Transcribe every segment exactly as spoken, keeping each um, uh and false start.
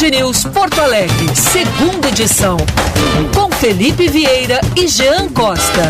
Band News Porto Alegre, segunda edição, com Felipe Vieira e Jean Costa.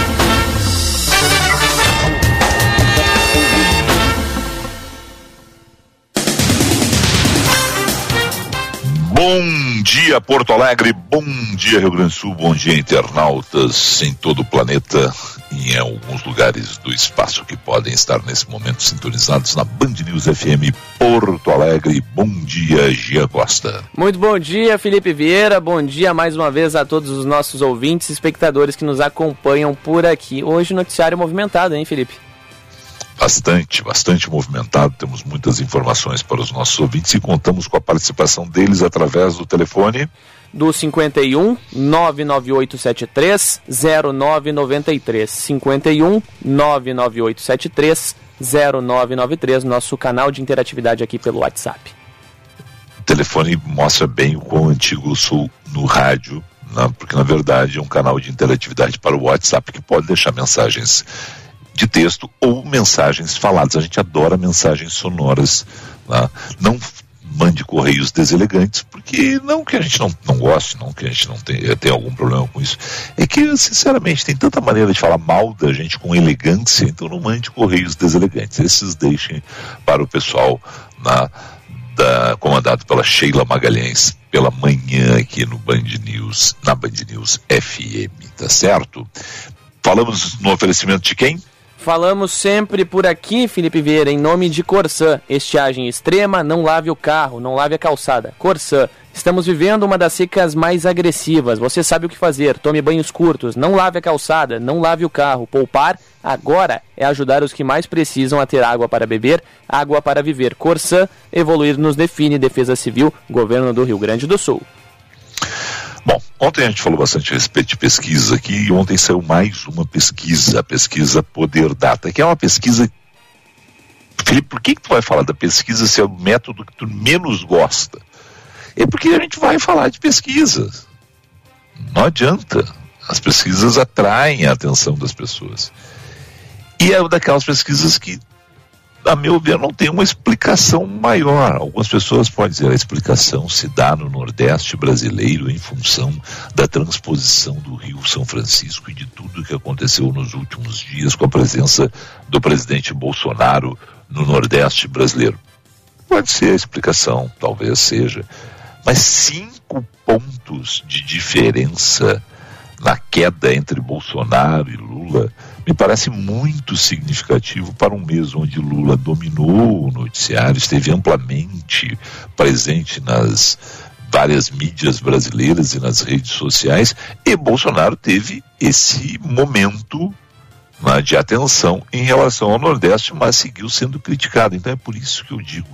Bom dia, Porto Alegre, bom dia, Rio Grande do Sul, bom dia, internautas em todo o planeta e em alguns lugares do espaço que podem estar nesse momento sintonizados na Band News F M Porto Alegre. Bom dia, Gia Costa. Muito bom dia, Felipe Vieira, bom dia mais uma vez a todos os nossos ouvintes e espectadores que nos acompanham por aqui. Hoje noticiário movimentado, hein, Felipe? Bastante, bastante movimentado, temos muitas informações para os nossos ouvintes e contamos com a participação deles através do telefone do cinquenta e um, nove nove oito sete três, zero nove nove três, cinquenta e um, nove nove oito sete três, zero nove nove três, nosso canal de interatividade aqui pelo WhatsApp. O telefone mostra bem o quão antigo eu sou no rádio, né? Porque na verdade é um canal de interatividade para o WhatsApp que pode deixar mensagens de texto ou mensagens faladas. A gente adora mensagens sonoras, né? Não mande correios deselegantes, porque não que a gente não, não goste, não que a gente não tenha, tenha algum problema com isso, é que, sinceramente, tem tanta maneira de falar mal da gente com elegância, então não mande correios deselegantes. Esses deixem para o pessoal na, da, comandado pela Sheila Magalhães, pela manhã aqui no Band News, na Band News F M, tá certo? Falamos no oferecimento de quem? Falamos sempre por aqui, Felipe Vieira, em nome de Corsã. Estiagem extrema, não lave o carro, não lave a calçada. Corsã. Estamos vivendo uma das secas mais agressivas. Você sabe o que fazer. Tome banhos curtos, não lave a calçada, não lave o carro. Poupar agora é ajudar os que mais precisam a ter água para beber, água para viver. Corsã, evoluir nos define. Defesa Civil, Governo do Rio Grande do Sul. Bom, ontem a gente falou bastante a respeito de pesquisa aqui e ontem saiu mais uma pesquisa, a pesquisa Poder Data, que é uma pesquisa... Felipe, por que que tu vai falar da pesquisa se é o método que tu menos gosta? É porque a gente vai falar de pesquisas. Não adianta. As pesquisas atraem a atenção das pessoas. E é uma daquelas pesquisas que, a meu ver, não tem uma explicação maior. Algumas pessoas podem dizer a explicação se dá no Nordeste brasileiro em função da transposição do Rio São Francisco e de tudo o que aconteceu nos últimos dias com a presença do presidente Bolsonaro no Nordeste brasileiro. Pode ser a explicação, talvez seja, mas cinco pontos de diferença na queda entre Bolsonaro e Lula me parece muito significativo para um mês onde Lula dominou o noticiário, esteve amplamente presente nas várias mídias brasileiras e nas redes sociais, e Bolsonaro teve esse momento, né, de atenção em relação ao Nordeste, mas seguiu sendo criticado. Então é por isso que eu digo,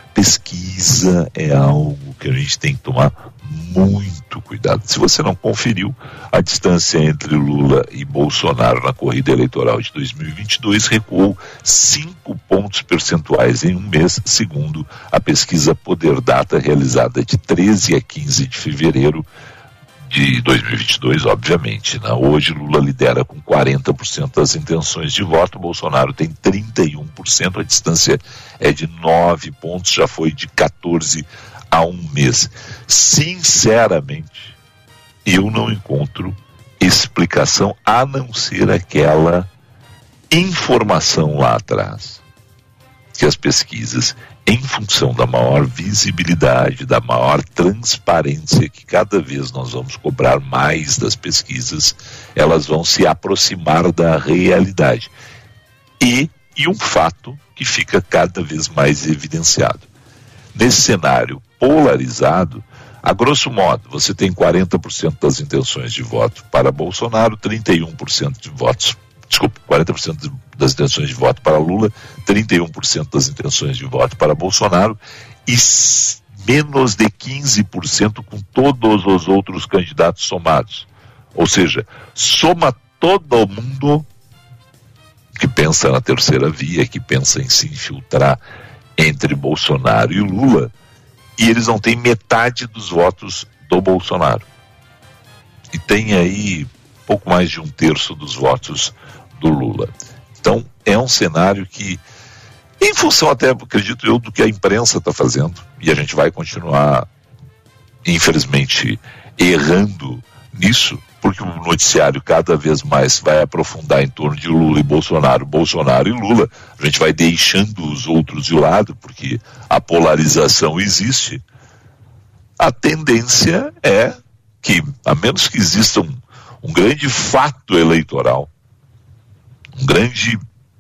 pesquisa é algo que a gente tem que tomar muito cuidado. Se você não conferiu, a distância entre Lula e Bolsonaro na corrida eleitoral de dois mil e vinte e dois recuou cinco pontos percentuais em um mês, segundo a pesquisa Poder Data, realizada de treze a quinze de fevereiro de dois mil e vinte e dois, obviamente, né? Hoje Lula lidera com quarenta por cento das intenções de voto, Bolsonaro tem trinta e um por cento, a distância é de nove pontos, já foi de quatorze há um mês. Sinceramente, eu não encontro explicação a não ser aquela informação lá atrás, que as pesquisas, em função da maior visibilidade, da maior transparência, que cada vez nós vamos cobrar mais das pesquisas, elas vão se aproximar da realidade. E, e um fato que fica cada vez mais evidenciado. Nesse cenário polarizado, a grosso modo, você tem quarenta por cento das intenções de voto para Bolsonaro, trinta e um por cento de votos, desculpa, quarenta por cento das intenções de voto para Lula, trinta e um por cento das intenções de voto para Bolsonaro e menos de quinze por cento com todos os outros candidatos somados. Ou seja, soma todo mundo que pensa na terceira via, que pensa em se infiltrar entre Bolsonaro e Lula, e eles não têm metade dos votos do Bolsonaro. E tem aí pouco mais de um terço dos votos do Lula. Então, é um cenário que, em função até, acredito eu, do que a imprensa está fazendo, e a gente vai continuar infelizmente, errando nisso, porque o noticiário cada vez mais vai aprofundar em torno de Lula e Bolsonaro, Bolsonaro e Lula. A gente vai deixando os outros de lado, porque a polarização existe. A tendência é que, a menos que exista um, um grande fato eleitoral, um grande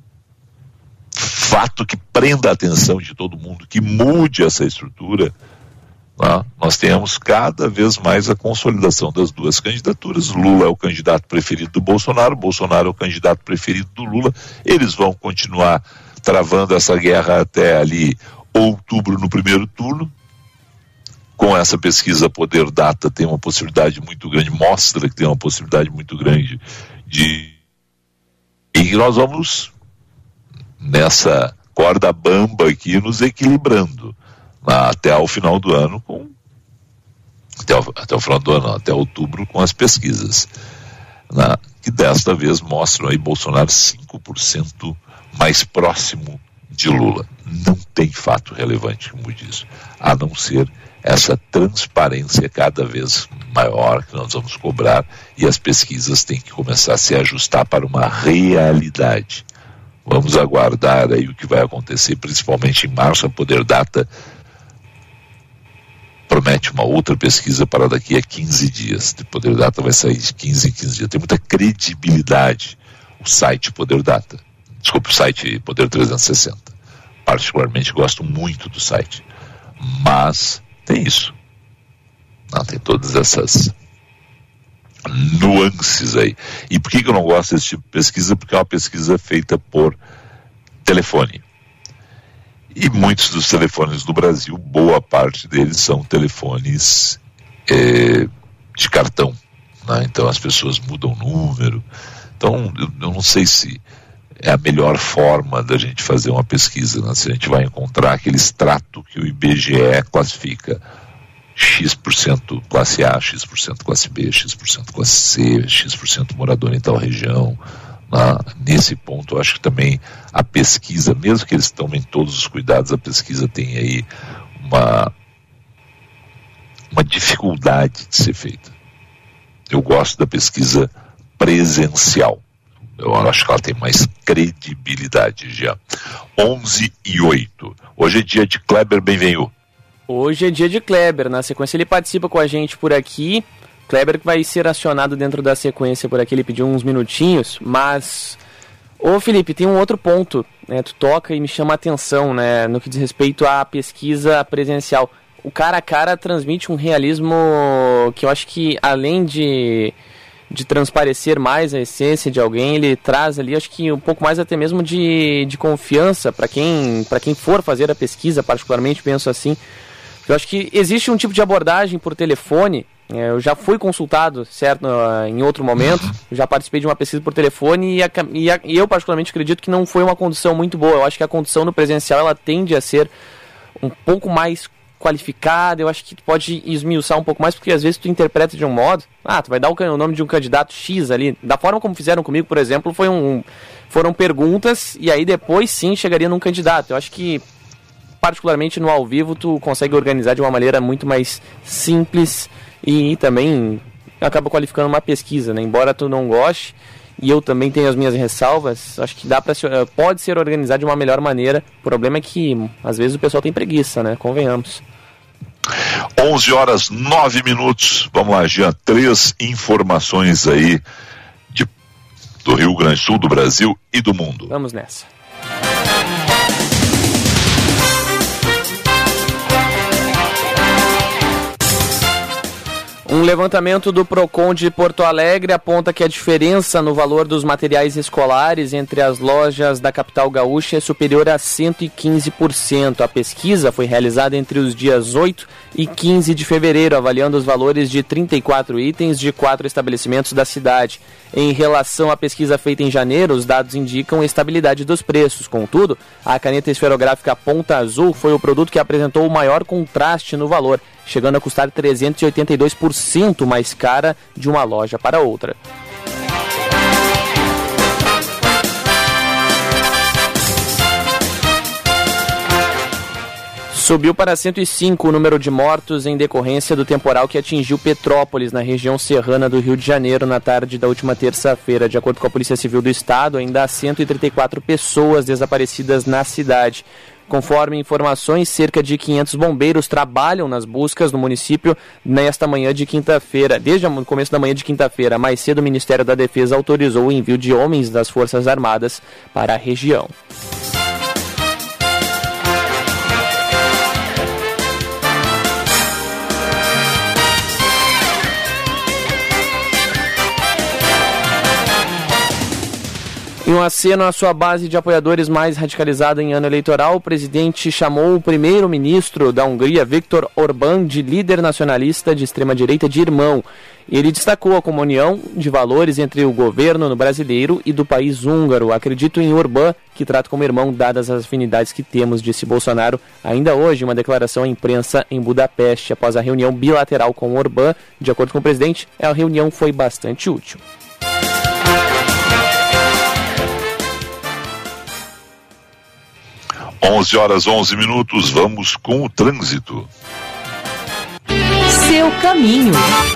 fato que prenda a atenção de todo mundo, que mude essa estrutura, tá? Nós temos cada vez mais a consolidação das duas candidaturas. Lula é o candidato preferido do Bolsonaro, Bolsonaro é o candidato preferido do Lula. Eles vão continuar travando essa guerra até ali outubro, no primeiro turno. Com essa pesquisa Poder Data tem uma possibilidade muito grande, mostra que tem uma possibilidade muito grande de... E que nós vamos nessa corda bamba aqui nos equilibrando até o final do ano, com até o, até o final do ano, até outubro, com as pesquisas, né, que desta vez mostram aí Bolsonaro cinco por cento mais próximo de Lula. Não tem fato relevante que mude isso, a não ser essa transparência cada vez maior que nós vamos cobrar, e as pesquisas têm que começar a se ajustar para uma realidade. Vamos aguardar aí o que vai acontecer, principalmente em março. A Poder Data promete uma outra pesquisa para daqui a quinze dias. O Poder Data vai sair de quinze em quinze dias. Tem muita credibilidade o site Poder Data. Desculpe, o site Poder trezentos e sessenta. Particularmente gosto muito do site. Mas tem isso. Não, tem todas essas nuances aí. E por que, que eu não gosto desse tipo de pesquisa? Porque é uma pesquisa feita por telefone. E muitos dos telefones do Brasil, boa parte deles são telefones é, de cartão, né? Então as pessoas mudam o número. Então eu, eu não sei se é a melhor forma da gente fazer uma pesquisa, né? Se a gente vai encontrar aquele extrato que o I B G E classifica X% classe A, X% classe B, X% classe C, X% morador em tal região. Na, nesse ponto, eu acho que também a pesquisa, mesmo que eles tomem todos os cuidados, a pesquisa tem aí uma, uma dificuldade de ser feita. Eu gosto da pesquisa presencial. Eu acho que ela tem mais credibilidade já. onze e oito. Hoje é dia de Kleber Benvenu. Hoje é dia de Kleber. Na sequência ele participa com a gente por aqui. Kleber que vai ser acionado dentro da sequência por aqui, ele pediu uns minutinhos, mas... Ô Felipe, tem um outro ponto, né? Tu toca e me chama a atenção, né? No que diz respeito à pesquisa presencial. O cara a cara transmite um realismo que eu acho que, além de, de transparecer mais a essência de alguém, ele traz ali, acho que um pouco mais até mesmo de, de confiança para quem, para quem for fazer a pesquisa, particularmente penso assim. Eu acho que existe um tipo de abordagem por telefone. Eu já fui consultado, certo, em outro momento, já participei de uma pesquisa por telefone e, a, e, a, e eu particularmente acredito que não foi uma condução muito boa. Eu acho que a condução no presencial ela tende a ser um pouco mais qualificada, eu acho que tu pode esmiuçar um pouco mais, porque às vezes tu interpreta de um modo, ah, tu vai dar o, o nome de um candidato X ali, da forma como fizeram comigo, por exemplo, foi um, foram perguntas e aí depois sim chegaria num candidato. Eu acho que particularmente no ao vivo tu consegue organizar de uma maneira muito mais simples e também acaba qualificando uma pesquisa, né? Embora tu não goste, e eu também tenho as minhas ressalvas, acho que dá pra, pode ser organizado de uma melhor maneira. O problema é que às vezes o pessoal tem preguiça, né? Convenhamos. onze horas, nove minutos. Vamos lá, Jean, três informações aí de, do Rio Grande do Sul, do Brasil e do mundo. Vamos nessa. Um levantamento do Procon de Porto Alegre aponta que a diferença no valor dos materiais escolares entre as lojas da capital gaúcha é superior a cento e quinze por cento. A pesquisa foi realizada entre os dias oito e quinze de fevereiro, avaliando os valores de trinta e quatro itens de quatro estabelecimentos da cidade. Em relação à pesquisa feita em janeiro, os dados indicam a estabilidade dos preços. Contudo, a caneta esferográfica Ponta Azul foi o produto que apresentou o maior contraste no valor, chegando a custar trezentos e oitenta e dois por cento mais cara de uma loja para outra. Subiu para cento e cinco o número de mortos em decorrência do temporal que atingiu Petrópolis, na região serrana do Rio de Janeiro, na tarde da última terça-feira. De acordo com a Polícia Civil do Estado, ainda há cento e trinta e quatro pessoas desaparecidas na cidade. Conforme informações, cerca de quinhentos bombeiros trabalham nas buscas no município nesta manhã de quinta-feira. Desde o começo da manhã de quinta-feira, mais cedo, o Ministério da Defesa autorizou o envio de homens das Forças Armadas para a região. Em um aceno à sua base de apoiadores mais radicalizada em ano eleitoral, o presidente chamou o primeiro-ministro da Hungria, Viktor Orbán, de líder nacionalista de extrema-direita de irmão. Ele destacou a comunhão de valores entre o governo brasileiro e do país húngaro. Acredito em Orbán, que trata como irmão, dadas as afinidades que temos, disse Bolsonaro, ainda hoje, em uma declaração à imprensa em Budapeste. Após a reunião bilateral com Orbán, de acordo com o presidente, a reunião foi bastante útil. onze horas, onze minutos, vamos com o trânsito. Seu caminho.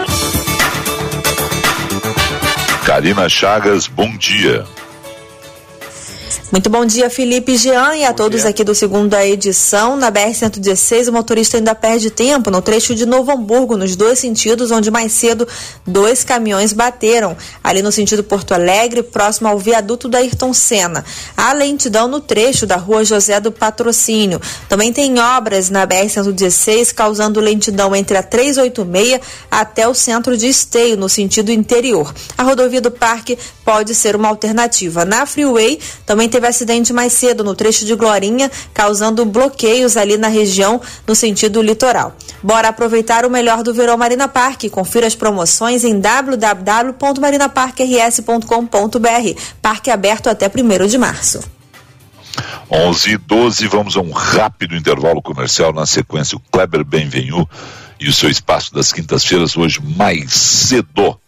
Karina Chagas, bom dia. Muito bom dia, Felipe e Jean, e a todos aqui do segunda edição. Na B R cento e dezesseis, o motorista ainda perde tempo no trecho de Novo Hamburgo, nos dois sentidos, onde mais cedo dois caminhões bateram, ali no sentido Porto Alegre, próximo ao viaduto da Ayrton Senna. Há lentidão no trecho da Rua José do Patrocínio. Também tem obras na B R cento e dezesseis, causando lentidão entre a trezentos e oitenta e seis até o centro de Esteio, no sentido interior. A rodovia do Parque pode ser uma alternativa. Na Freeway, também teve acidente mais cedo no trecho de Glorinha, causando bloqueios ali na região no sentido litoral. Bora aproveitar o melhor do verão Marina Parque. Confira as promoções em w w w ponto marina parque r s ponto com ponto b r. Parque aberto até primeiro de março. onze e doze, vamos a um rápido intervalo comercial. Na sequência, o Kleber Benvenu e o seu espaço das quintas-feiras, hoje mais cedo.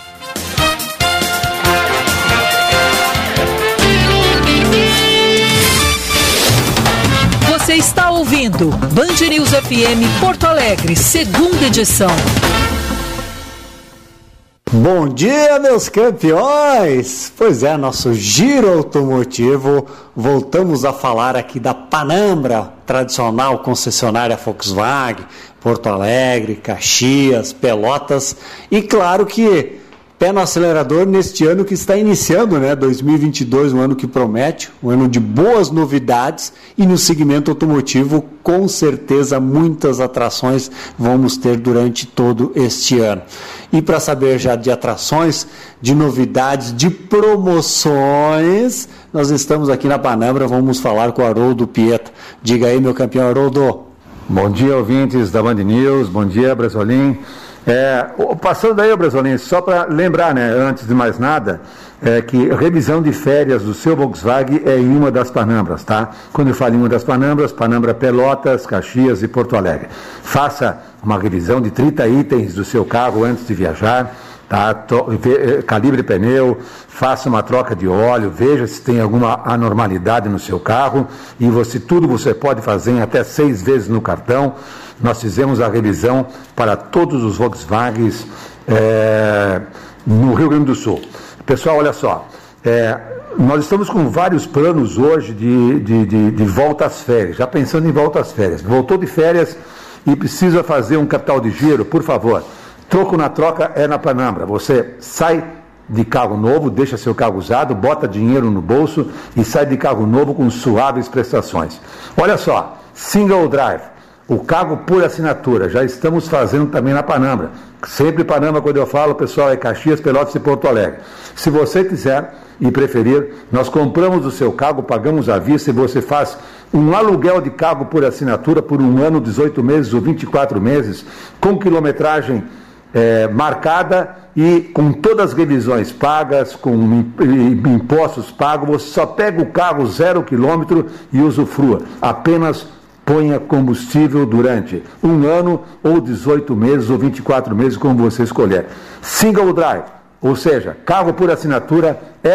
Você está ouvindo Band News F M Porto Alegre, segunda edição. Bom dia, meus campeões! Pois é, nosso giro automotivo, voltamos a falar aqui da Panambra, tradicional concessionária Volkswagen, Porto Alegre, Caxias, Pelotas, e claro que pé no acelerador neste ano que está iniciando, né? dois mil e vinte e dois, um ano que promete, um ano de boas novidades, e no segmento automotivo, com certeza, muitas atrações vamos ter durante todo este ano. E para saber já de atrações, de novidades, de promoções, nós estamos aqui na Panambra, vamos falar com o Haroldo Pieta. Diga aí, meu campeão Haroldo. Bom dia, ouvintes da Band News, bom dia, Brasolim. É, passando aí, Brasolim, só para lembrar, né, antes de mais nada, é que revisão de férias do seu Volkswagen é em uma das Panambras, tá? Quando eu falo em uma das Panambras, Panambra Pelotas, Caxias e Porto Alegre. Faça uma revisão de trinta itens do seu carro antes de viajar, tá? Calibre pneu, faça uma troca de óleo, veja se tem alguma anormalidade no seu carro, e você, tudo você pode fazer em até seis vezes no cartão. Nós fizemos a revisão para todos os Volkswagens é, no Rio Grande do Sul. Pessoal, olha só, é, nós estamos com vários planos hoje de, de, de, de volta às férias, já pensando em volta às férias. Voltou de férias e precisa fazer um capital de giro, por favor, troco na troca é na Panambra. Você sai de carro novo, deixa seu carro usado, bota dinheiro no bolso e sai de carro novo com suaves prestações. Olha só, single drive. O cargo por assinatura, já estamos fazendo também na Panambra. Sempre Panambra, quando eu falo, pessoal, é Caxias, Pelotas e Porto Alegre. Se você quiser e preferir, nós compramos o seu cargo, pagamos à vista e você faz um aluguel de cargo por assinatura por um ano, dezoito meses ou vinte e quatro meses, com quilometragem é, marcada e com todas as revisões pagas, com impostos pagos. Você só pega o carro zero quilômetro e usufrua. Apenas ponha combustível durante um ano, ou dezoito meses, ou vinte e quatro meses, como você escolher. Single drive, ou seja, carro por assinatura é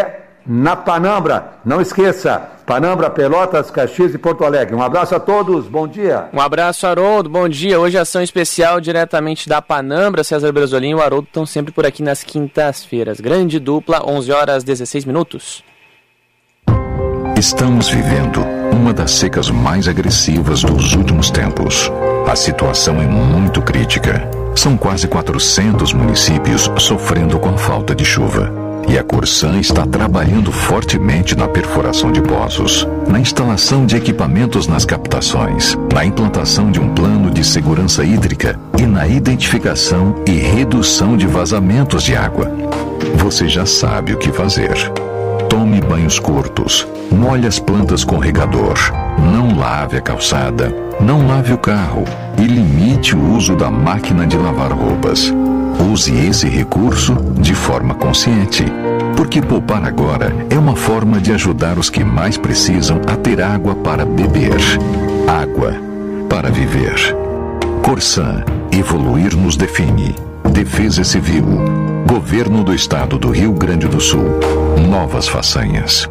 na Panambra. Não esqueça, Panambra, Pelotas, Caxias e Porto Alegre. Um abraço a todos, bom dia. Um abraço, Haroldo, bom dia. Hoje ação especial diretamente da Panambra. César Bresolim e o Haroldo estão sempre por aqui nas quintas-feiras. Grande dupla, onze horas e dezesseis minutos. Estamos vivendo uma das secas mais agressivas dos últimos tempos. A situação é muito crítica. São quase quatrocentos municípios sofrendo com a falta de chuva. E a Corsan está trabalhando fortemente na perfuração de poços, na instalação de equipamentos nas captações, na implantação de um plano de segurança hídrica e na identificação e redução de vazamentos de água. Você já sabe o que fazer. Tome banhos curtos, molhe as plantas com regador, não lave a calçada, não lave o carro e limite o uso da máquina de lavar roupas. Use esse recurso de forma consciente, porque poupar agora é uma forma de ajudar os que mais precisam a ter água para beber. Água para viver. Corsan, evoluir nos define. Defesa Civil. Governo do Estado do Rio Grande do Sul. Novas façanhas.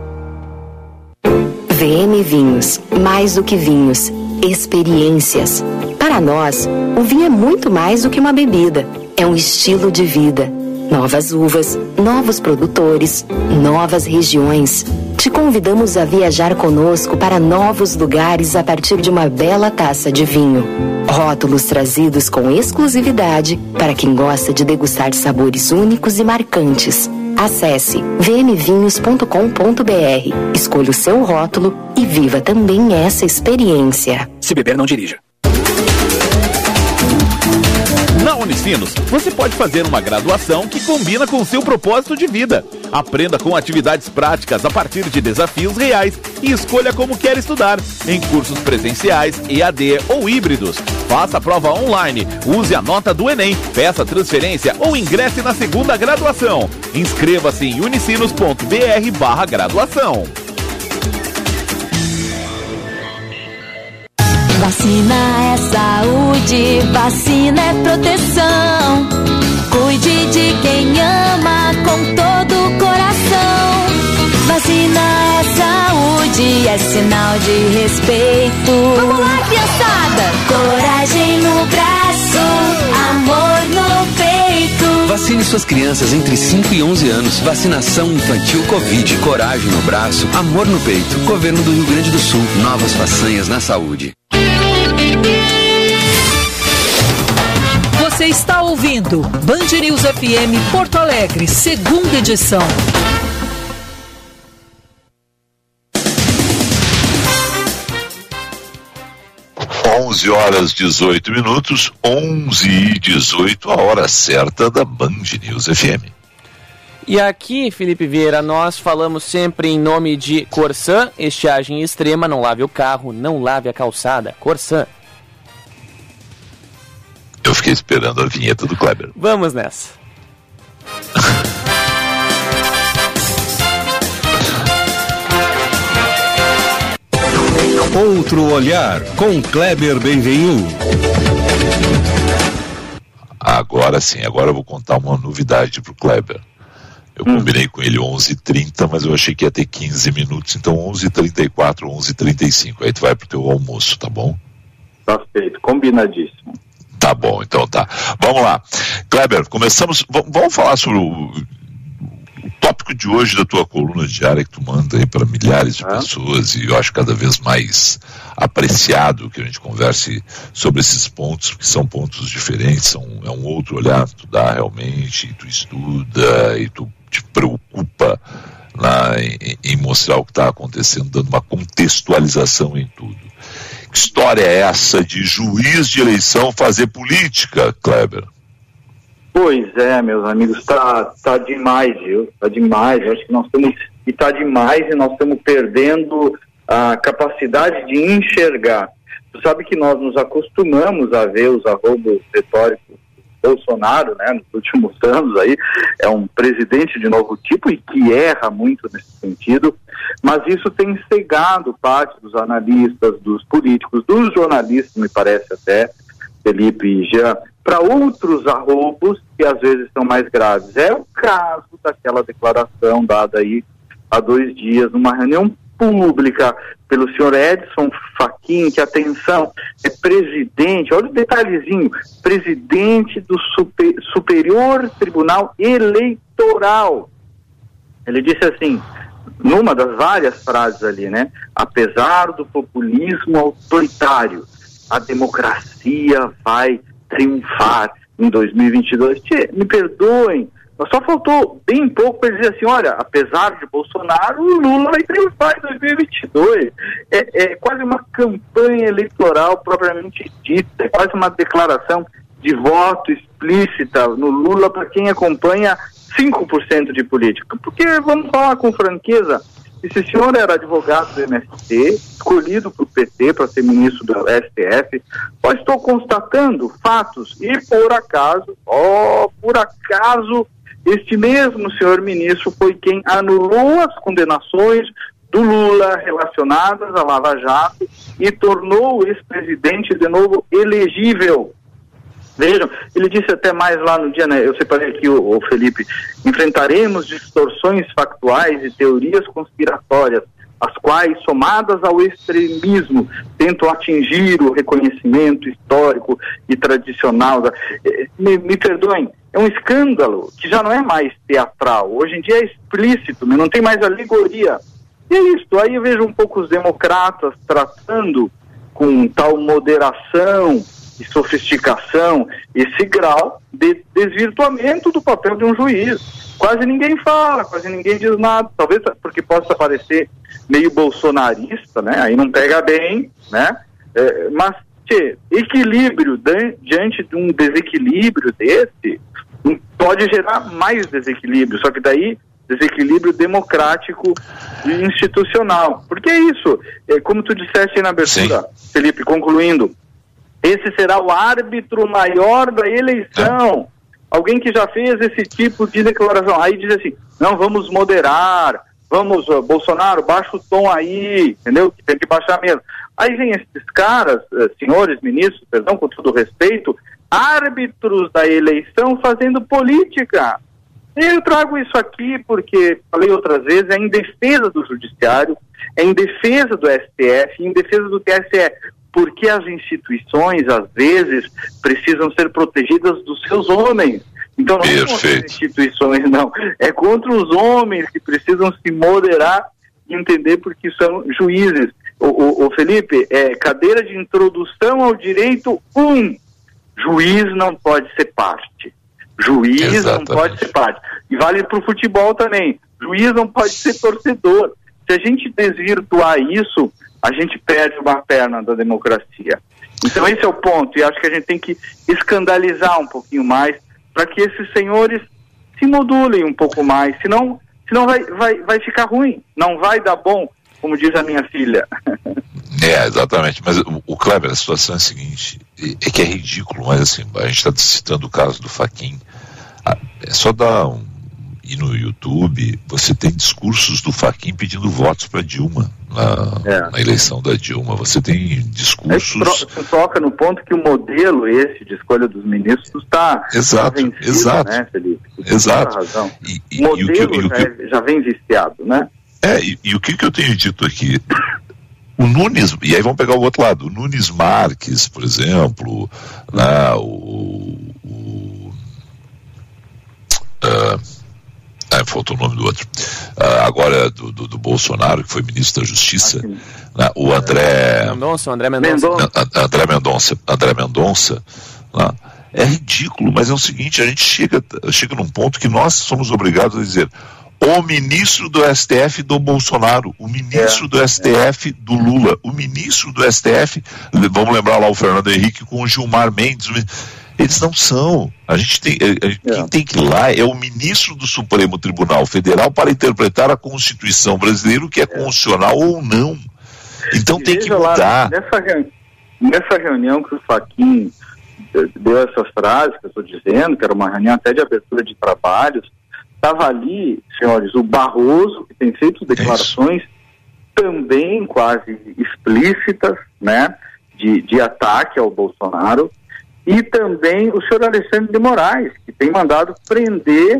V M Vinhos. Mais do que vinhos. Experiências. Para nós, o vinho é muito mais do que uma bebida. É um estilo de vida. Novas uvas, novos produtores, novas regiões. Te convidamos a viajar conosco para novos lugares a partir de uma bela taça de vinho. Rótulos trazidos com exclusividade para quem gosta de degustar sabores únicos e marcantes. Acesse v m vinhos ponto com ponto b r, escolha o seu rótulo e viva também essa experiência. Se beber, não dirija. Na Unicinos, você pode fazer uma graduação que combina com o seu propósito de vida. Aprenda com atividades práticas a partir de desafios reais e escolha como quer estudar, em cursos presenciais, E A D ou híbridos. Faça a prova online, use a nota do Enem, peça transferência ou ingresse na segunda graduação. Inscreva-se em unicinos ponto b r barra graduação. Vacina é saúde, vacina é proteção. Cuide de quem ama com todo o coração. Vacina é saúde, é sinal de respeito. Vamos lá, criançada! Coragem no braço, amor no peito. Vacine suas crianças entre cinco e onze anos. Vacinação infantil Covid. Coragem no braço, amor no peito. Governo do Rio Grande do Sul. Novas façanhas na saúde. Você está ouvindo Band News F M Porto Alegre, segunda edição. onze horas e dezoito minutos, onze e dezoito, a hora certa da Band News F M. E aqui, Felipe Vieira, nós falamos sempre em nome de Corsan, estiagem extrema, não lave o carro, não lave a calçada. Corsan. Eu fiquei esperando a vinheta do Kleber. Vamos nessa. Outro olhar com Kleber Benvenu. Agora sim, agora eu vou contar uma novidade pro Kleber. Eu hum. combinei com ele onze e trinta, mas eu achei que ia ter quinze minutos, então onze e trinta e quatro, onze e trinta e cinco. Aí tu vai pro teu almoço, tá bom? Tá feito, combinadíssimo. Tá bom, então tá. Vamos lá. Kleber, começamos, v- vamos falar sobre o, o tópico de hoje da tua coluna diária que tu manda aí para milhares de ah. pessoas, e eu acho cada vez mais apreciado que a gente converse sobre esses pontos, porque são pontos diferentes, são, é um outro olhar que tu dá realmente, e tu estuda, e tu te preocupa na, em, em mostrar o que está acontecendo, dando uma contextualização em tudo. Que história é essa de juiz de eleição fazer política, Kleber? Pois é, meus amigos, tá, tá demais, viu? Tá demais, eu acho que nós estamos, e tá demais, e nós estamos perdendo a capacidade de enxergar. Tu sabe que nós nos acostumamos a ver os arroubos retóricos do Bolsonaro, né, nos últimos anos aí, é um presidente de novo tipo e que erra muito nesse sentido, mas isso tem cegado parte dos analistas, dos políticos, dos jornalistas, me parece até, Felipe e Jean, para outros arroubos que às vezes são mais graves. É o caso daquela declaração dada aí há dois dias, numa reunião pública pelo senhor Edson Fachin, que, atenção, é presidente, olha o detalhezinho, presidente do super, Superior Tribunal Eleitoral. Ele disse assim, numa das várias frases ali, né? Apesar do populismo autoritário, a democracia vai triunfar em dois mil e vinte e dois. Tchê, me perdoem, mas só faltou bem pouco para dizer assim, olha, apesar de Bolsonaro, o Lula vai triunfar em dois mil e vinte e dois. É, é quase uma campanha eleitoral propriamente dita, é quase uma declaração de voto explícita no Lula para quem acompanha cinco por cento de política. Porque, vamos falar com franqueza, esse senhor era advogado do M S T, escolhido por P T para ser ministro do S T F, mas estou constatando fatos, e por acaso, ó, oh, por acaso, este mesmo senhor ministro foi quem anulou as condenações do Lula relacionadas à Lava Jato e tornou o ex-presidente de novo elegível. Vejam, ele disse até mais lá no dia, né, eu separei aqui o, o Felipe, enfrentaremos distorções factuais e teorias conspiratórias, as quais, somadas ao extremismo, tentam atingir o reconhecimento histórico e tradicional. Da... Me, me perdoem, é um escândalo que já não é mais teatral, hoje em dia é explícito, não tem mais alegoria. E é isso, aí eu vejo um pouco os democratas tratando com tal moderação e sofisticação esse grau de desvirtuamento do papel de um juiz. Quase ninguém fala, quase ninguém diz nada, talvez porque possa parecer meio bolsonarista, né? Aí não pega bem, né? É, mas, tchê, equilíbrio de, diante de um desequilíbrio desse pode gerar mais desequilíbrio, só que daí desequilíbrio democrático e institucional. Porque é isso, é, como tu disseste aí na abertura, sim, Felipe, concluindo, esse será o árbitro maior da eleição. Alguém que já fez esse tipo de declaração. Aí diz assim, não, vamos moderar, vamos, uh, Bolsonaro, baixa o tom aí, entendeu? Tem que baixar mesmo. Aí vem esses caras, uh, senhores ministros, perdão, com todo respeito, árbitros da eleição fazendo política. Eu trago isso aqui porque, falei outras vezes, é em defesa do judiciário, é em defesa do S T F, em defesa do T S E, porque as instituições, às vezes, precisam ser protegidas dos seus homens. Então não é contra as instituições, não. É contra os homens que precisam se moderar e entender porque são juízes. O, o, o Felipe, é, cadeira de introdução ao direito um. Juiz não pode ser parte. Juiz Exatamente. Não pode ser parte. E vale para o futebol também. Juiz não pode ser torcedor. Se a gente desvirtuar isso, a gente perde uma perna da democracia. Então esse é o ponto, e acho que a gente tem que escandalizar um pouquinho mais para que esses senhores se modulem um pouco mais, senão, senão vai, vai, vai ficar ruim, não vai dar bom, como diz a minha filha. É, exatamente, mas o, o Kleber, a situação é a seguinte, é que é ridículo, mas assim, a gente está citando o caso do Fachin, é só dar um e no YouTube você tem discursos do Fachin pedindo votos para Dilma na, é. na eleição da Dilma. Você tem discursos. Você toca no ponto que o modelo esse de escolha dos ministros está exato, vencido, exato, né, Felipe? Exato. Razão. E, e, o modelo e o que, e o já, que, já vem viciado, né? É, e, e o que, que eu tenho dito aqui? O Nunes, e aí vamos pegar o outro lado, o Nunes Marques, por exemplo, né, o, o uh, Ah, faltou o nome do outro. Uh, agora do, do, do Bolsonaro, que foi ministro da Justiça, né? O André Mendonça, André Mendonça. André Mendonça, André Mendonça, né? É ridículo, mas é o seguinte, a gente chega, chega num ponto que nós somos obrigados a dizer o ministro do S T F do Bolsonaro, o ministro é, do S T F é. do Lula, o ministro do S T F, vamos lembrar lá o Fernando Henrique com o Gilmar Mendes. Eles não são. A gente tem, a, a, quem tem que ir lá é o ministro do Supremo Tribunal Federal para interpretar a Constituição brasileira, o que é, é. constitucional ou não. Então e tem que mudar. Lá, nessa, reuni- nessa reunião que o Fachin deu essas frases que eu estou dizendo, que era uma reunião até de abertura de trabalhos, estava ali, senhores, o Barroso, que tem feito declarações também quase explícitas, né, de, de ataque ao Bolsonaro, e também o senhor Alexandre de Moraes, que tem mandado prender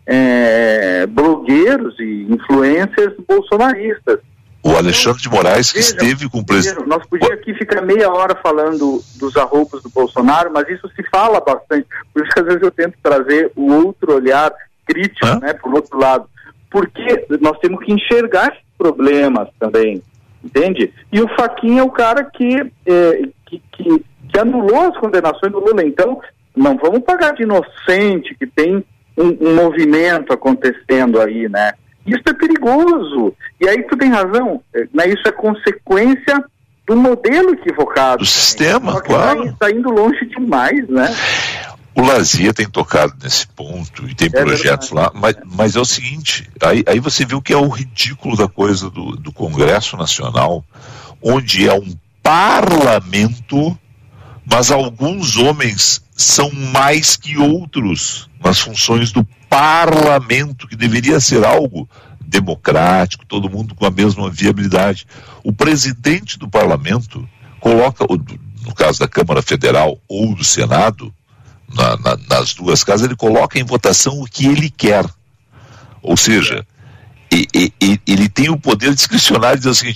é, blogueiros e influencers bolsonaristas. O Alexandre de Moraes, que vejam, esteve com o presidente... Nós podíamos aqui ficar meia hora falando dos arroubos do Bolsonaro, mas isso se fala bastante. Por isso que às vezes eu tento trazer o outro olhar crítico, Hã? né, por outro lado. Porque nós temos que enxergar esses problemas também, entende? E o Fachin é o cara que, é, que, que, que anulou as condenações do Lula. Então, não vamos pagar de inocente que tem um, um movimento acontecendo aí, né? Isso é perigoso. E aí tu tem razão, né? Isso é consequência do modelo equivocado. Do sistema, Só que claro. Está indo longe demais, né? O Lazia tem tocado nesse ponto e tem É projetos verdade. lá, mas, mas é o seguinte, aí, aí você viu que é o ridículo da coisa do, do Congresso Nacional, onde é um parlamento, mas alguns homens são mais que outros nas funções do parlamento, que deveria ser algo democrático, todo mundo com a mesma viabilidade. O presidente do parlamento coloca, no caso da Câmara Federal ou do Senado, Na, na, nas duas casas, ele coloca em votação o que ele quer. Ou seja, e, e, e, ele tem o poder discricionário de dizer o seguinte: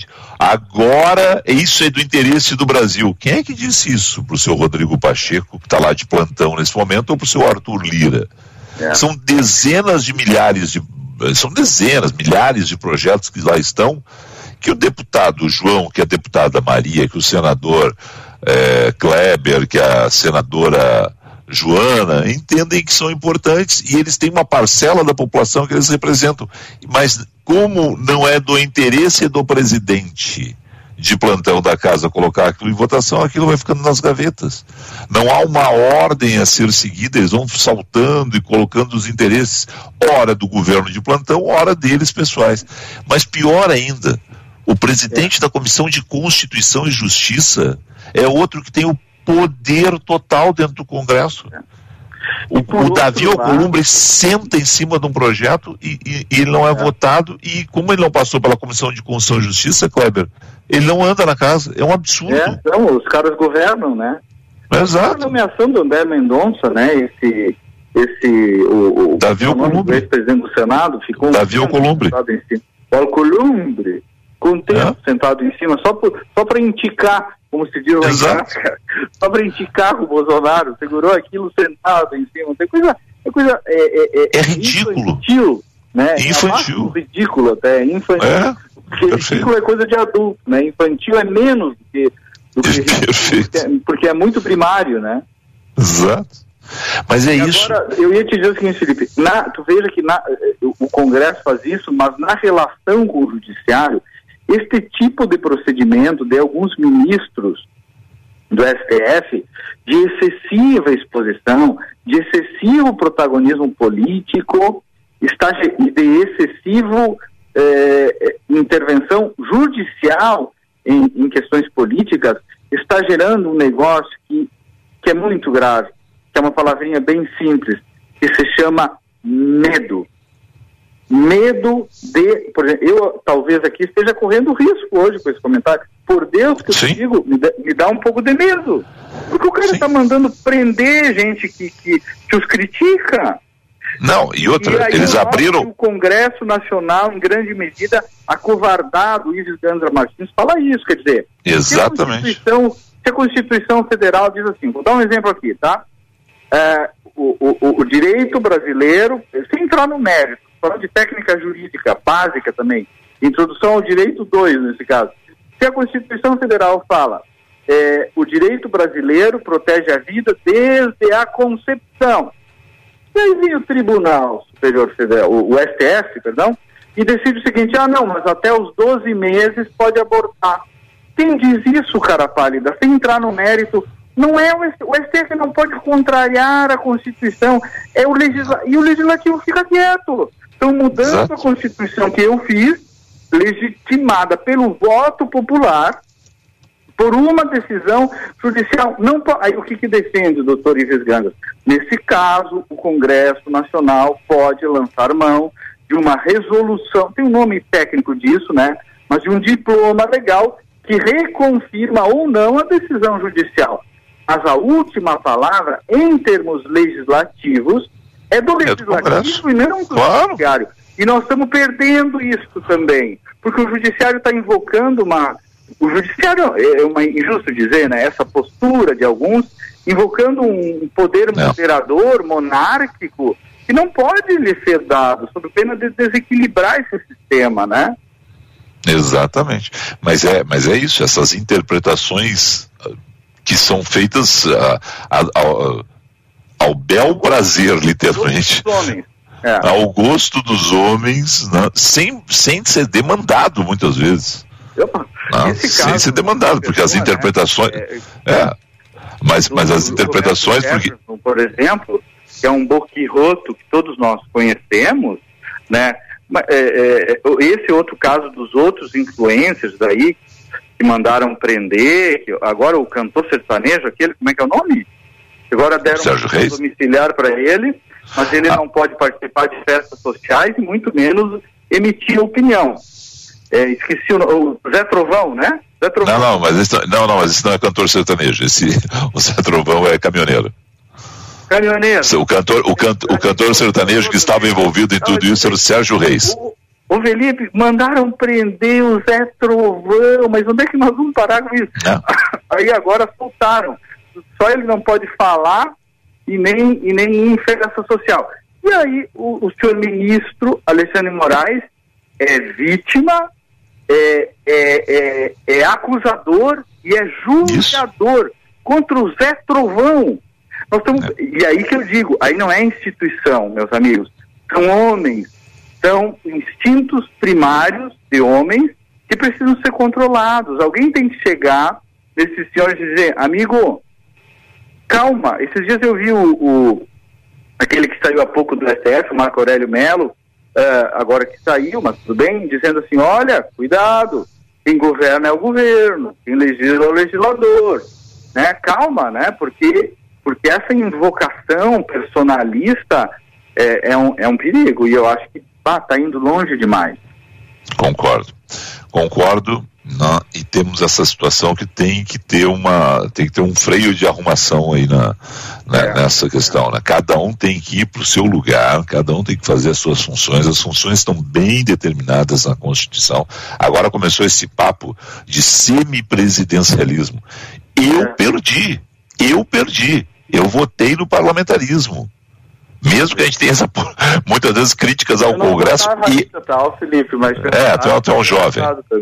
agora isso é do interesse do Brasil. Quem é que disse isso? Para o seu Rodrigo Pacheco, que está lá de plantão nesse momento, ou para o seu Arthur Lira? É. São dezenas de milhares de. São dezenas, milhares de projetos que lá estão, que o deputado João, que é a deputada Maria, que o senador é, Kleber, que é a senadora Joana, entendem que são importantes e eles têm uma parcela da população que eles representam. Mas como não é do interesse do presidente de plantão da casa colocar aquilo em votação, aquilo vai ficando nas gavetas. Não há uma ordem a ser seguida, eles vão saltando e colocando os interesses, ora do governo de plantão, ora deles pessoais. Mas pior ainda, o presidente é. da Comissão de Constituição e Justiça é outro que tem o poder total dentro do Congresso. O, o Davi Alcolumbre senta em cima de um projeto e, e, e ele não é, é votado, e como ele não passou pela Comissão de Constituição e Justiça, Kleber, ele não anda na casa. É um absurdo. É, então, os caras governam, né? Exato. A nomeação do André Mendonça, né? Esse, esse o, o Davi Alcolumbre, ex-presidente do Senado, ficou Davi Alcolumbre. O Alcolumbre, com tempo é. sentado em cima, só, por, só para indicar, como se diz lá em casa, só para indicar o Bolsonaro, segurou aquilo sentado em cima. Tem coisa, é coisa é, é, é ridículo, infantil, né? Infantil, é ridículo até, infantil. É. Porque ridículo é coisa de adulto, né? Infantil é menos do que, do que ridículo, porque, porque é muito primário, né? Exato. Mas é e isso. Agora, eu ia te dizer o seguinte, Felipe, na, tu veja que na, o Congresso faz isso, mas na relação com o Judiciário, este tipo de procedimento de alguns ministros do S T F, de excessiva exposição, de excessivo protagonismo político, está, de excessivo eh, intervenção judicial em, em questões políticas, está gerando um negócio que, que é muito grave, que é uma palavrinha bem simples, que se chama medo. Medo de, por exemplo, eu talvez aqui esteja correndo risco hoje com esse comentário. Por Deus que eu te digo, me dá, me dá um pouco de medo. Porque o cara está mandando prender gente que, que, que os critica. Não, e outra, e aí eles abriram... O Congresso Nacional, em grande medida, acovardado, Ives Gandra Martins, fala isso, quer dizer... Exatamente. Se a Constituição, se a Constituição Federal diz assim, vou dar um exemplo aqui, tá? É, o, o, o direito brasileiro, sem entrar no mérito, falando de técnica jurídica básica também, introdução ao direito dois nesse caso. Se a Constituição Federal fala é, o direito brasileiro protege a vida desde a concepção, e aí vem o Tribunal Superior Federal, o, o S T F, perdão, e decide o seguinte, ah não, mas até os doze meses pode abortar. Quem diz isso, cara pálida? Sem entrar no mérito, não é o, o S T F não pode contrariar a Constituição, é o legisla, e o Legislativo fica quieto. Estão mudando Exato. a Constituição que eu fiz, legitimada pelo voto popular, por uma decisão judicial. Não, aí o que, que defende o doutor Ives Gandra? Nesse caso, o Congresso Nacional pode lançar mão de uma resolução, tem um nome técnico disso, né? Mas de um diploma legal que reconfirma ou não a decisão judicial. Mas a última palavra, em termos legislativos, É do legislativo é e não do claro. judiciário. E nós estamos perdendo isso também, porque o judiciário está invocando uma... O judiciário, é uma, injusto dizer, né, essa postura de alguns, invocando um poder não. moderador, monárquico, que não pode lhe ser dado, sob pena de desequilibrar esse sistema, né? Exatamente. Mas é, mas é isso, essas interpretações que são feitas uh, ao, ao bel prazer, literalmente, é. ao gosto dos homens, né, sem, sem ser demandado muitas vezes. Não, sem caso, ser demandado, porque as interpretações... Né? É, é, mas, do, mas as interpretações... Porque... Por exemplo, que é um boquirroto que todos nós conhecemos, né? É, é, esse outro caso dos outros influencers aí, que mandaram prender, que agora o cantor sertanejo, aquele, como é que é o nome? Agora deram um domiciliar para ele, mas ele ah. não pode participar de festas sociais e muito menos emitir opinião. É, esqueci o, o Zé Trovão, né? Zé Trovão. Não, não, mas esse, não, não, mas esse não é cantor sertanejo. Esse, o Zé Trovão é caminhoneiro. Caminhoneiro. O cantor, o, canto, o cantor sertanejo que estava envolvido em tudo isso era o Sérgio Reis. O, o Felipe, mandaram prender o Zé Trovão, mas onde é que nós vamos parar com isso? Não. Aí agora soltaram. Só ele não pode falar e nem, e nem ir em festa social. E aí o, o senhor ministro Alexandre Moraes é vítima, é, é, é, é acusador e é julgador Isso. contra o Zé Trovão. Nós estamos, é. E aí que eu digo, aí não é instituição, meus amigos, são homens, são instintos primários de homens que precisam ser controlados. Alguém tem que chegar nesses senhores e dizer, amigo, calma. Esses dias eu vi o, o aquele que saiu há pouco do S T F, o Marco Aurélio Mello, Uh, agora que saiu, mas tudo bem, dizendo assim, olha, cuidado, quem governa é o governo, quem legisla é o legislador, né? Calma, né? Porque, porque essa invocação personalista é, é, um, é um perigo, e eu acho que está tá indo longe demais. Concordo, concordo, não, e temos essa situação que tem que ter uma, tem que ter um freio de arrumação aí na, na é, nessa questão, é. né? Cada um tem que ir para o seu lugar, cada um tem que fazer as suas funções, as funções estão bem determinadas na Constituição. Agora começou esse papo de semipresidencialismo. Eu é. perdi, eu perdi, eu votei no parlamentarismo. Mesmo que a gente tenha essa, muitas vezes críticas ao Congresso e... Tal, Felipe, mas é, tu é, tu é um jovem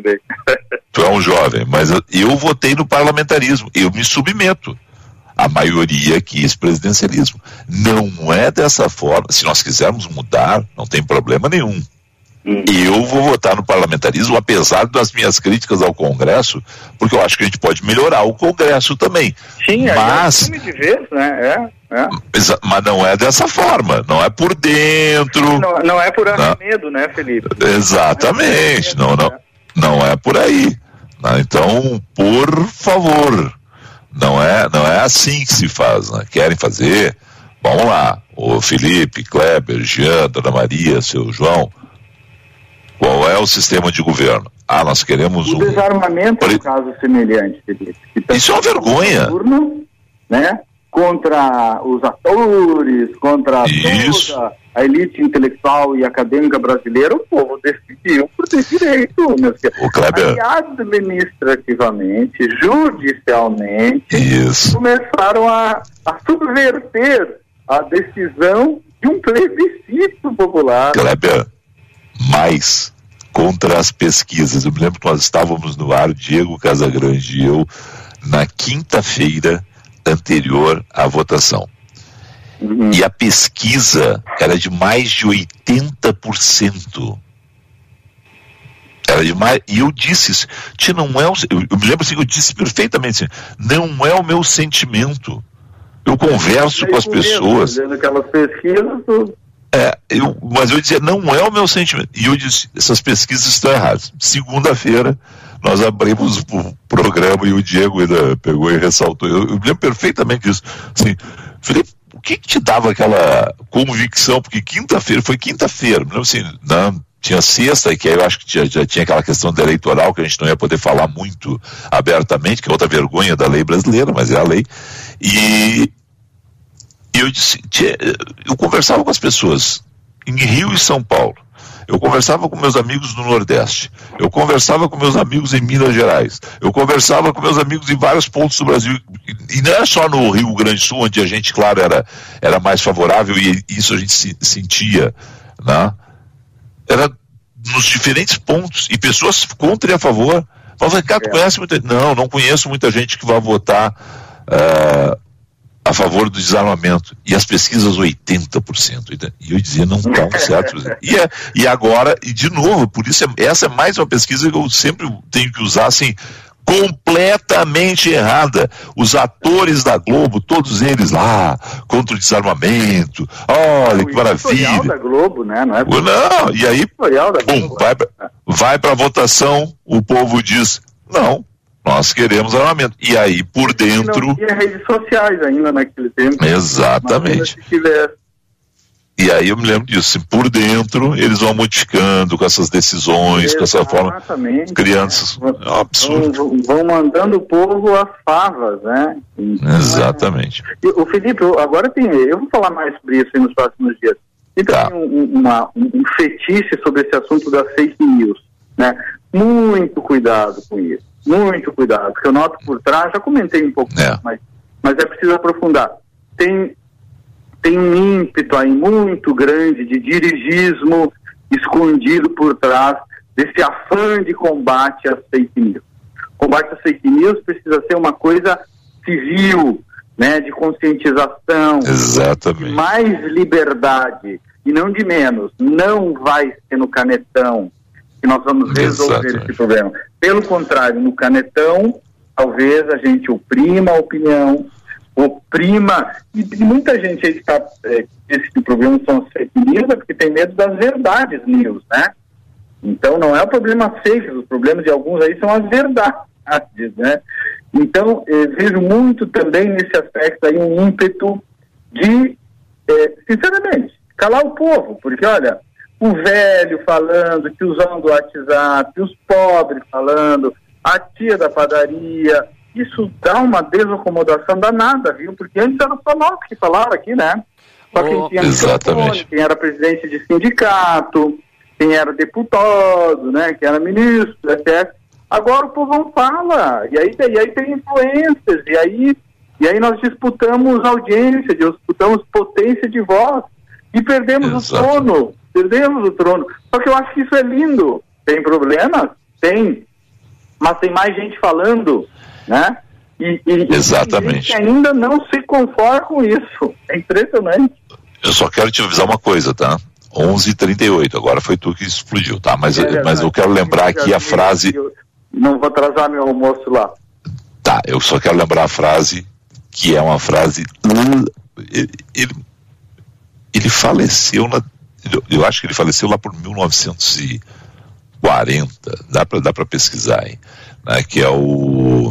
tu é um jovem, mas eu, eu votei no parlamentarismo, eu me submeto. A maioria quis presidencialismo. Não é dessa forma. Se nós quisermos mudar, não tem problema nenhum. Hum. Eu vou votar no parlamentarismo, apesar das minhas críticas ao Congresso, porque eu acho que a gente pode melhorar o Congresso também. Sim, mas... é de vez, né? É. É. Mas não é dessa forma, não é por dentro. Não, não é por arremedo, né, Felipe? Exatamente, não, não, não é por aí. Então, por favor, não é, não é assim que se faz, né? Querem fazer? Vamos lá, o Felipe, Kleber, Jean, Dona Maria, seu João, qual é o sistema de governo? Ah, nós queremos o um... O desarmamento é um caso semelhante, Felipe. Isso é uma vergonha. Turno, né? Contra os atores, contra Isso. toda a elite intelectual e acadêmica brasileira, o povo decidiu por ter direito, meus queridos. O Kleber... administrativamente, judicialmente, Isso. começaram a, a subverter a decisão de um plebiscito popular. Kleber, mais contra as pesquisas. Eu me lembro que nós estávamos no ar, Diego Casagrande e eu, na quinta-feira anterior à votação. Uhum. E a pesquisa era de mais de oitenta por cento. Era de mais, e eu disse isso, tia, não é o, eu, eu me lembro assim, eu disse perfeitamente assim, não é o meu sentimento. Eu converso é com as pessoas. Fazendo aquelas pesquisas, tudo. É, eu, mas eu dizia, não é o meu sentimento. E eu disse, essas pesquisas estão erradas. Segunda-feira, nós abrimos o programa e o Diego ainda pegou e ressaltou. Eu, eu me lembro perfeitamente disso. Assim, Felipe, o que, que te dava aquela convicção? Porque quinta-feira, foi quinta-feira, me lembro assim, não, tinha sexta, que aí eu acho que já, já tinha aquela questão da eleitoral, que a gente não ia poder falar muito abertamente, que é outra vergonha da lei brasileira, mas é a lei. E, E eu disse, eu conversava com as pessoas em Rio e São Paulo, eu conversava com meus amigos no Nordeste, eu conversava com meus amigos em Minas Gerais, eu conversava com meus amigos em vários pontos do Brasil, e não era só no Rio Grande do Sul, onde a gente, claro, era, era mais favorável, e isso a gente se, sentia, né? Era nos diferentes pontos, e pessoas contra e a favor. Falavam, cara, tu conhece muita gente? Não, não conheço muita gente que vai votar uh, a favor do desarmamento. E as pesquisas, oitenta por cento. E eu dizia, não estão certo. E, é, e agora, e de novo, por isso, é, essa é mais uma pesquisa que eu sempre tenho que usar, assim, completamente errada. Os atores da Globo, todos eles lá, contra o desarmamento, olha que maravilha. Da Globo, né? Não, é não, e aí, bum, vai, vai para votação, o povo diz, não, nós queremos armamento. E aí, por dentro... Não tinha redes sociais ainda naquele tempo. Exatamente. E aí eu me lembro disso, por dentro eles vão modificando com essas decisões, exatamente, com essa forma, crianças, é um absurdo. Vão, vão mandando o povo às favas, né? Então, exatamente. É... O Felipe, agora tem, eu vou falar mais sobre isso nos próximos dias. Tem tá. um, uma, um fetiche sobre esse assunto das fake news, né? Muito cuidado com isso, muito cuidado, porque eu noto por trás, já comentei um pouco, é. mas, mas é preciso aprofundar. Tem... Tem um ímpeto aí muito grande de dirigismo escondido por trás desse afã de combate às fake news. Combate às fake news precisa ser uma coisa civil, né, de conscientização, exatamente, de mais liberdade e não de menos. Não vai ser no canetão que nós vamos resolver exatamente. Esse problema. Pelo contrário, no canetão, talvez a gente oprima a opinião, oprima, e, e muita gente aí está, é, esse que o problema são as fake news, é porque tem medo das verdades news, né? Então não é o problema fake, os problemas de alguns aí são as verdades, né? Então eh, vejo muito também nesse aspecto aí um ímpeto de, eh, sinceramente, calar o povo, porque olha, o velho falando, tiozão do WhatsApp, os pobres falando, a tia da padaria... Isso dá uma desacomodação danada, viu? Porque antes era só nós que falava aqui, né? Só quem oh, tinha microfone, quem era presidente de sindicato, quem era deputado, né? Quem era ministro, etcétera. Agora o povo fala, e aí, e aí tem influências, e aí, e aí nós disputamos audiência, disputamos potência de voz, e perdemos exatamente. o trono, perdemos o trono. Só que eu acho que isso é lindo. Tem problemas? Tem. Mas tem mais gente falando, né? E, e, exatamente. E ainda não se conforma com isso. É impressionante. Eu só quero te avisar uma coisa, tá? onze e trinta e oito, agora foi tu que explodiu, tá? Mas, é, mas eu quero lembrar aqui a frase... Não vou atrasar meu almoço lá. Tá, eu só quero lembrar a frase, que é uma frase... Ele, ele, ele faleceu, na, eu acho que ele faleceu lá por mil novecentos e quarenta, dá pra, dá pra pesquisar, hein? Né? Que é o...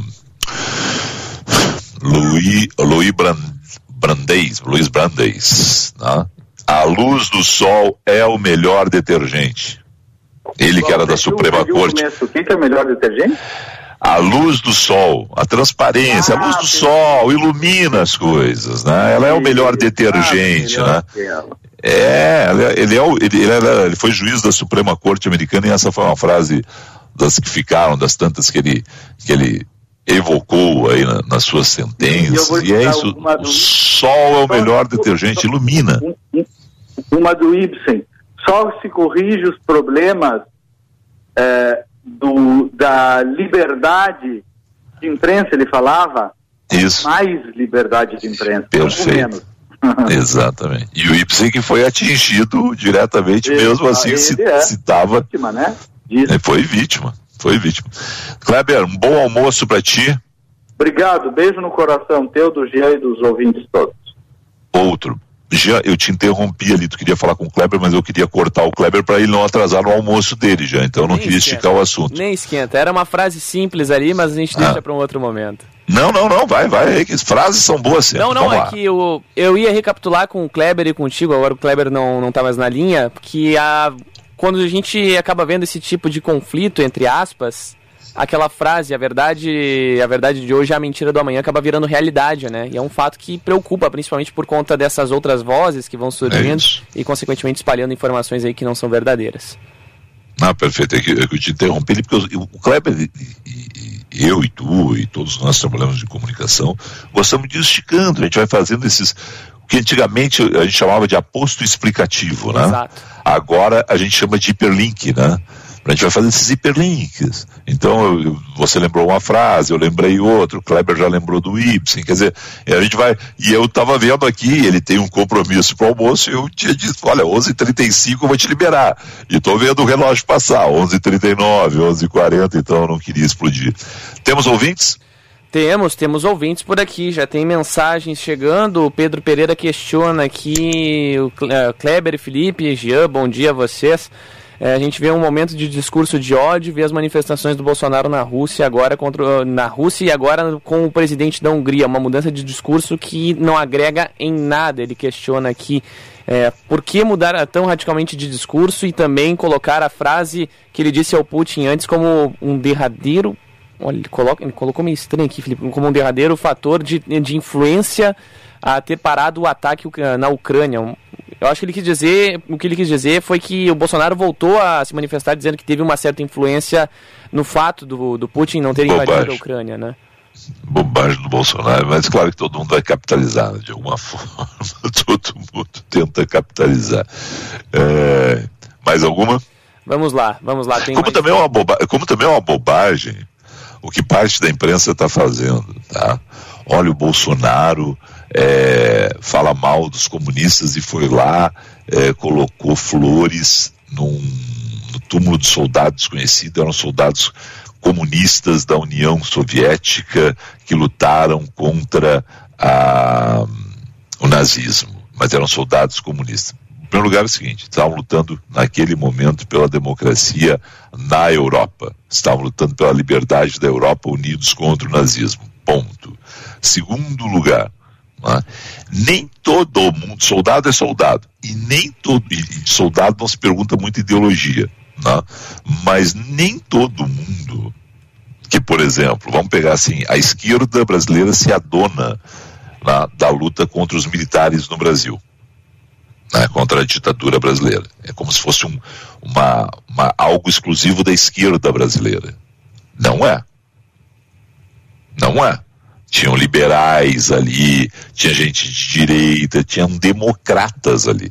Louis, Louis Brandeis, Luiz Brandeis, né? A luz do sol é o melhor detergente. Ele que era da Suprema Corte. O que é o melhor detergente? A luz do sol, a transparência, ah, a luz do sol ilumina as coisas, né? Ela é o melhor detergente, ah, melhor né? É, ele, é o, ele, ele, era, ele foi juiz da Suprema Corte Americana e essa foi uma frase das que ficaram, das tantas que ele, que ele evocou aí na, nas suas sentenças. E, e é isso, o do... sol é o melhor detergente, ilumina. Uma do Ibsen, só se corrige os problemas é, do, da liberdade de imprensa, ele falava, isso. Mais liberdade de imprensa. Perfeito. Exatamente. E o Ibsen que foi atingido diretamente, ele, mesmo assim ele citava. É vítima, né? Ele foi vítima, foi vítima. Kleber, um bom almoço para ti. Obrigado, beijo no coração teu, do Jean e dos ouvintes todos. Outro. Jean, eu te interrompi ali, tu queria falar com o Kleber, mas eu queria cortar o Kleber para ele não atrasar no almoço dele, já. Então eu não Nem queria esquenta. esticar o assunto. Nem esquenta, era uma frase simples ali, mas a gente ah. deixa para um outro momento. Não, não, não, vai, vai, é que as frases são boas sempre. Não, não, Vamos é lá. que eu, eu ia recapitular com o Kleber e contigo, agora o Kleber não, não tá mais na linha, que a, quando a gente acaba vendo esse tipo de conflito, entre aspas, aquela frase, a verdade, a verdade de hoje é a mentira do amanhã, acaba virando realidade, né? E é um fato que preocupa, principalmente por conta dessas outras vozes que vão surgindo é e, consequentemente, espalhando informações aí que não são verdadeiras. Não, perfeito. É que, é que eu te interrompi ele, porque o Kleber, e, e, e eu e tu, e todos nós trabalhamos de comunicação, gostamos de ir esticando, a gente vai fazendo esses... O que antigamente a gente chamava de aposto explicativo, né? Exato. Agora a gente chama de hiperlink, né? A gente vai fazer esses hiperlinks. Então, eu, você lembrou uma frase, eu lembrei outra, o Kleber já lembrou do Ibsen, quer dizer, a gente vai... E eu estava vendo aqui, ele tem um compromisso para o almoço, e eu tinha dito, olha, onze e trinta e cinco eu vou te liberar. E estou vendo o relógio passar, onze e trinta e nove, onze e quarenta, então eu não queria explodir. Temos ouvintes? Temos, temos ouvintes por aqui, já tem mensagens chegando. O Pedro Pereira questiona aqui, o Kleber e Felipe, Jean, bom dia a vocês. É, a gente vê um momento de discurso de ódio, vê as manifestações do Bolsonaro na Rússia, agora contra, na Rússia e agora com o presidente da Hungria, uma mudança de discurso que não agrega em nada. Ele questiona aqui é, por que mudar tão radicalmente de discurso e também colocar a frase que ele disse ao Putin antes como um derradeiro, olha, ele, coloca, ele colocou meio estranho aqui, Felipe, como um derradeiro fator de, de influência a ter parado o ataque na Ucrânia. Eu acho que ele quis dizer, o que ele quis dizer foi que o Bolsonaro voltou a se manifestar dizendo que teve uma certa influência no fato do, do Putin não ter Bobagem. invadido a Ucrânia, né? Bobagem do Bolsonaro, mas claro que todo mundo vai capitalizar, né? De alguma forma, todo mundo tenta capitalizar. É... Mais alguma? Vamos lá, vamos lá. Tem como, mais... também é uma boba... como também é uma bobagem o que parte da imprensa está fazendo, tá? Olha, o Bolsonaro é, fala mal dos comunistas e foi lá, é, colocou flores num, no túmulo de soldado desconhecido, eram soldados comunistas da União Soviética que lutaram contra a, o nazismo, mas eram soldados comunistas. Em primeiro lugar é o seguinte, estavam lutando naquele momento pela democracia na Europa, estavam lutando pela liberdade da Europa unidos contra o nazismo, ponto. Segundo lugar, né, nem todo mundo, soldado é soldado, e nem todo, e soldado não se pergunta muito ideologia, né, mas nem todo mundo, que por exemplo, vamos pegar assim, a esquerda brasileira se adona, né, da luta contra os militares no Brasil, né, contra a ditadura brasileira, é como se fosse um, uma, uma, algo exclusivo da esquerda brasileira, não é, não é. Tinham liberais ali, tinha gente de direita, tinham democratas ali.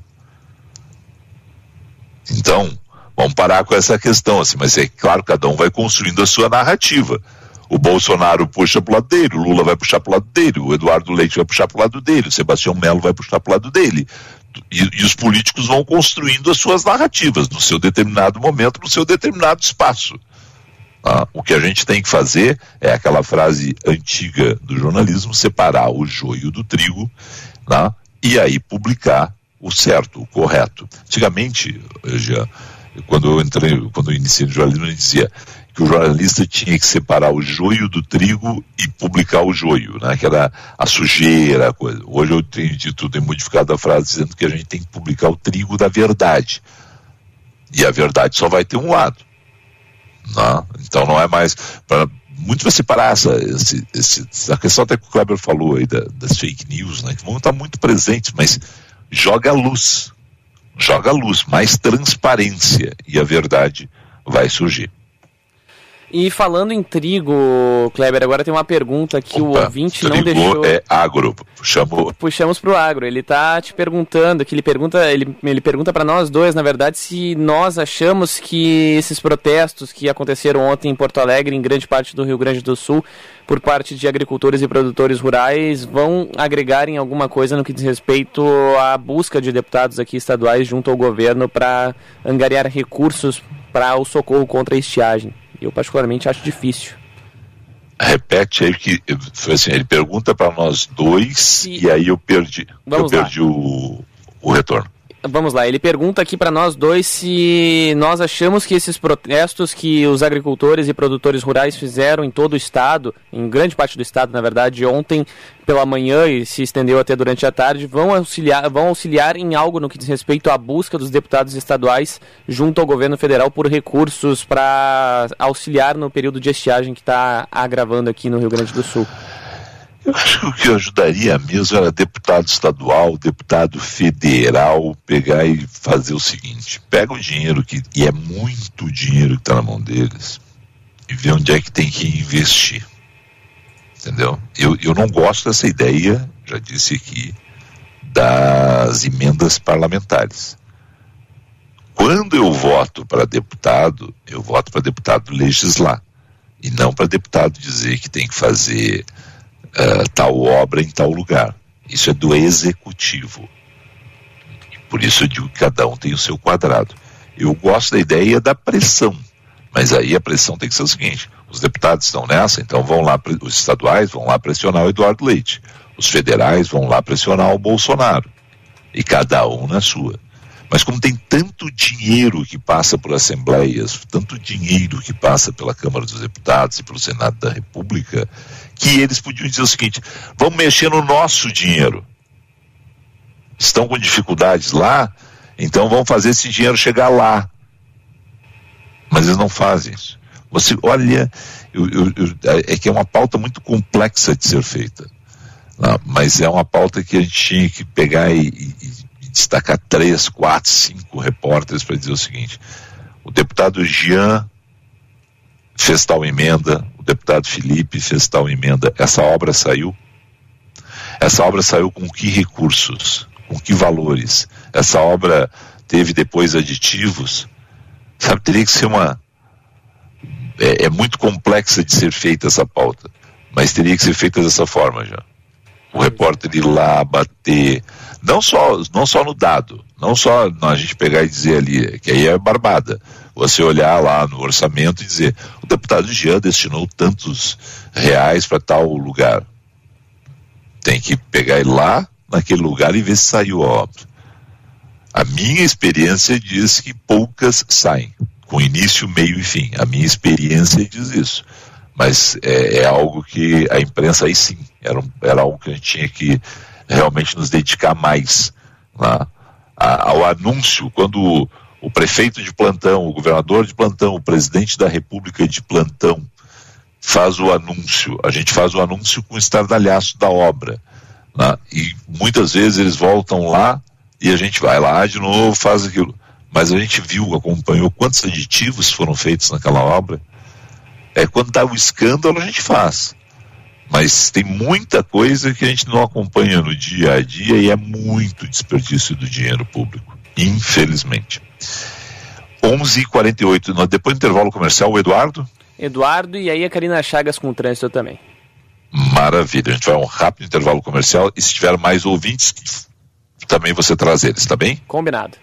Então, vamos parar com essa questão, assim, mas é claro, cada um vai construindo a sua narrativa. O Bolsonaro puxa pro lado dele, o Lula vai puxar pro lado dele, o Eduardo Leite vai puxar pro lado dele, o Sebastião Melo vai puxar pro lado dele. E, e os políticos vão construindo as suas narrativas no seu determinado momento, no seu determinado espaço. Ah, o que a gente tem que fazer é aquela frase antiga do jornalismo, separar o joio do trigo, né, e aí publicar o certo, o correto. Antigamente, eu já, quando eu entrei, quando eu iniciei no jornalismo, eu dizia que o jornalista tinha que separar o joio do trigo e publicar o joio, né, que era a sujeira, a coisa. Hoje eu tenho dito, tenho modificado a frase dizendo que a gente tem que publicar o trigo da verdade. E a verdade só vai ter um lado. Não, então não é mais pra, muito vai separar essa, esse, esse, a questão até que o Kleber falou aí da, das fake news, né, que vão estar muito presentes, mas joga a luz joga a luz, mais transparência e a verdade vai surgir. E falando em trigo, Kleber, agora tem uma pergunta que Opa, o ouvinte não deixou... é agro, puxamos... Puxamos pro agro, ele tá te perguntando, que ele pergunta, ele, ele pergunta para nós dois, na verdade, se nós achamos que esses protestos que aconteceram ontem em Porto Alegre, em grande parte do Rio Grande do Sul, por parte de agricultores e produtores rurais, vão agregar em alguma coisa no que diz respeito à busca de deputados aqui estaduais junto ao governo para angariar recursos para o socorro contra a estiagem. Eu particularmente acho difícil. Repete aí que foi assim, ele pergunta para nós dois e, e aí eu perdi. Vamos eu perdi o, o retorno. vamos lá, ele pergunta aqui para nós dois se nós achamos que esses protestos que os agricultores e produtores rurais fizeram em todo o estado, em grande parte do estado, na verdade, ontem pela manhã e se estendeu até durante a tarde, vão auxiliar, vão auxiliar em algo no que diz respeito à busca dos deputados estaduais junto ao governo federal por recursos para auxiliar no período de estiagem que está agravando aqui no Rio Grande do Sul. Eu acho que o que ajudaria mesmo era deputado estadual, deputado federal, pegar e fazer o seguinte: pega o dinheiro, que, e é muito dinheiro que está na mão deles, e ver onde é que tem que investir. Entendeu? Eu, eu não gosto dessa ideia, já disse aqui, das emendas parlamentares. Quando eu voto para deputado, eu voto para deputado legislar, e não para deputado dizer que tem que fazer Uh, tal obra em tal lugar. Isso é do executivo. Por isso eu digo que cada um tem o seu quadrado. Eu gosto da ideia da pressão, mas aí a pressão tem que ser o seguinte: os deputados estão nessa, então vão lá, os estaduais vão lá pressionar o Eduardo Leite, os federais vão lá pressionar o Bolsonaro, e cada um na sua. Mas como tem tanto dinheiro que passa por assembleias, tanto dinheiro que passa pela Câmara dos Deputados e pelo Senado da República, que eles podiam dizer o seguinte: vamos mexer no nosso dinheiro. Estão com dificuldades lá, então vamos fazer esse dinheiro chegar lá. Mas eles não fazem isso. Você olha, eu, eu, eu, é que é uma pauta muito complexa de ser feita, não, mas é uma pauta que a gente tinha que pegar e, e destacar três, quatro, cinco repórteres para dizer o seguinte: o deputado Jean fez tal emenda, o deputado Felipe fez tal emenda, essa obra saiu? Essa obra saiu com que recursos? Com que valores? Essa obra teve depois aditivos? Sabe, teria que ser uma... É, é muito complexa de ser feita essa pauta, mas teria que ser feita dessa forma já. O repórter ir lá, bater, não só, não só no dado, não só não, a gente pegar e dizer ali, que aí é barbada, você olhar lá no orçamento e dizer: o deputado Jean destinou tantos reais para tal lugar. Tem que pegar e ir lá naquele lugar e ver se saiu a obra. A minha experiência diz que poucas saem, com início, meio e fim. A minha experiência diz isso. Mas é, é algo que a imprensa aí sim, era, um, era algo que a gente tinha que realmente nos dedicar mais, né, a, ao anúncio, quando o, o prefeito de plantão, o governador de plantão, o presidente da república de plantão faz o anúncio, a gente faz o anúncio com o estardalhaço da obra, né, e muitas vezes eles voltam lá e a gente vai lá de novo, faz aquilo, mas a gente viu, acompanhou quantos aditivos foram feitos naquela obra. É, quando dá o escândalo a gente faz, mas tem muita coisa que a gente não acompanha no dia a dia e é muito desperdício do dinheiro público, infelizmente. onze e quarenta e oito, depois do intervalo comercial, o Eduardo? Eduardo, e aí a Karina Chagas com o trânsito também. Maravilha, a gente vai a um rápido intervalo comercial e se tiver mais ouvintes, também você traz eles, tá bem? Combinado.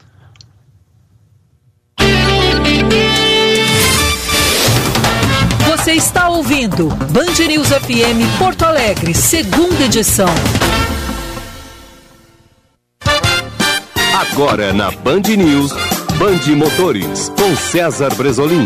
Você está ouvindo Band News F M Porto Alegre, segunda edição. Agora na Band News, Band Motores, com César Bresolim.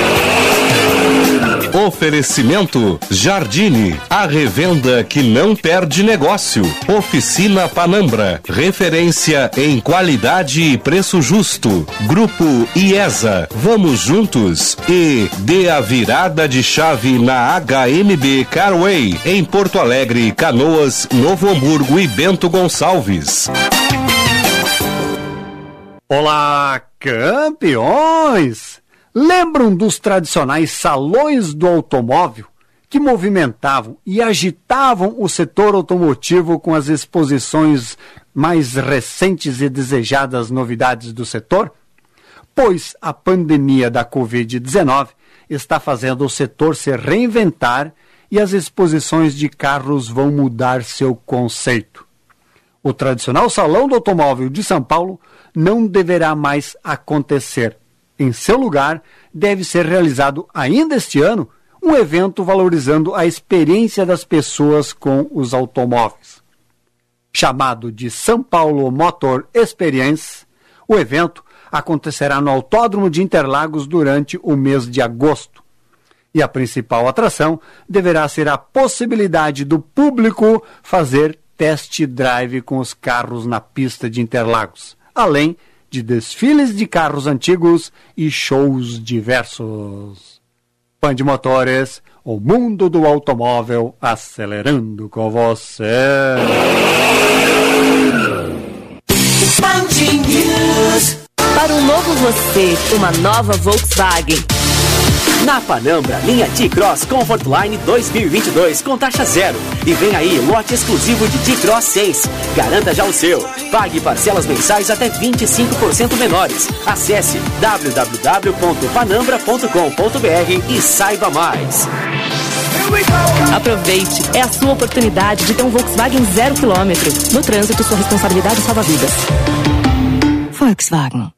Oferecimento Jardine, a revenda que não perde negócio. Oficina Panambra, referência em qualidade e preço justo. Grupo IESA, vamos juntos. E dê a virada de chave na H M B Carway, em Porto Alegre, Canoas, Novo Hamburgo e Bento Gonçalves. Olá, campeões! Lembram dos tradicionais salões do automóvel que movimentavam e agitavam o setor automotivo com as exposições mais recentes e desejadas novidades do setor? Pois a pandemia da covid dezenove está fazendo o setor se reinventar e as exposições de carros vão mudar seu conceito. O tradicional Salão do Automóvel de São Paulo não deverá mais acontecer. Em seu lugar, deve ser realizado ainda este ano um evento valorizando a experiência das pessoas com os automóveis. Chamado de São Paulo Motor Experience, o evento acontecerá no Autódromo de Interlagos durante o mês de agosto. E a principal atração deverá ser a possibilidade do público fazer test drive com os carros na pista de Interlagos, além de desfiles de carros antigos e shows diversos. Pan de Motores, o mundo do automóvel acelerando com você. Para um novo você, uma nova Volkswagen. Na Panambra, linha T-Cross Comfortline dois mil e vinte e dois com taxa zero. E vem aí lote exclusivo de T-Cross seis. Garanta já o seu. Pague parcelas mensais até vinte e cinco por cento menores. Acesse w w w ponto panambra ponto com ponto b r e saiba mais. Aproveite, é a sua oportunidade de ter um Volkswagen zero quilômetro. No trânsito, sua responsabilidade salva vidas. Volkswagen.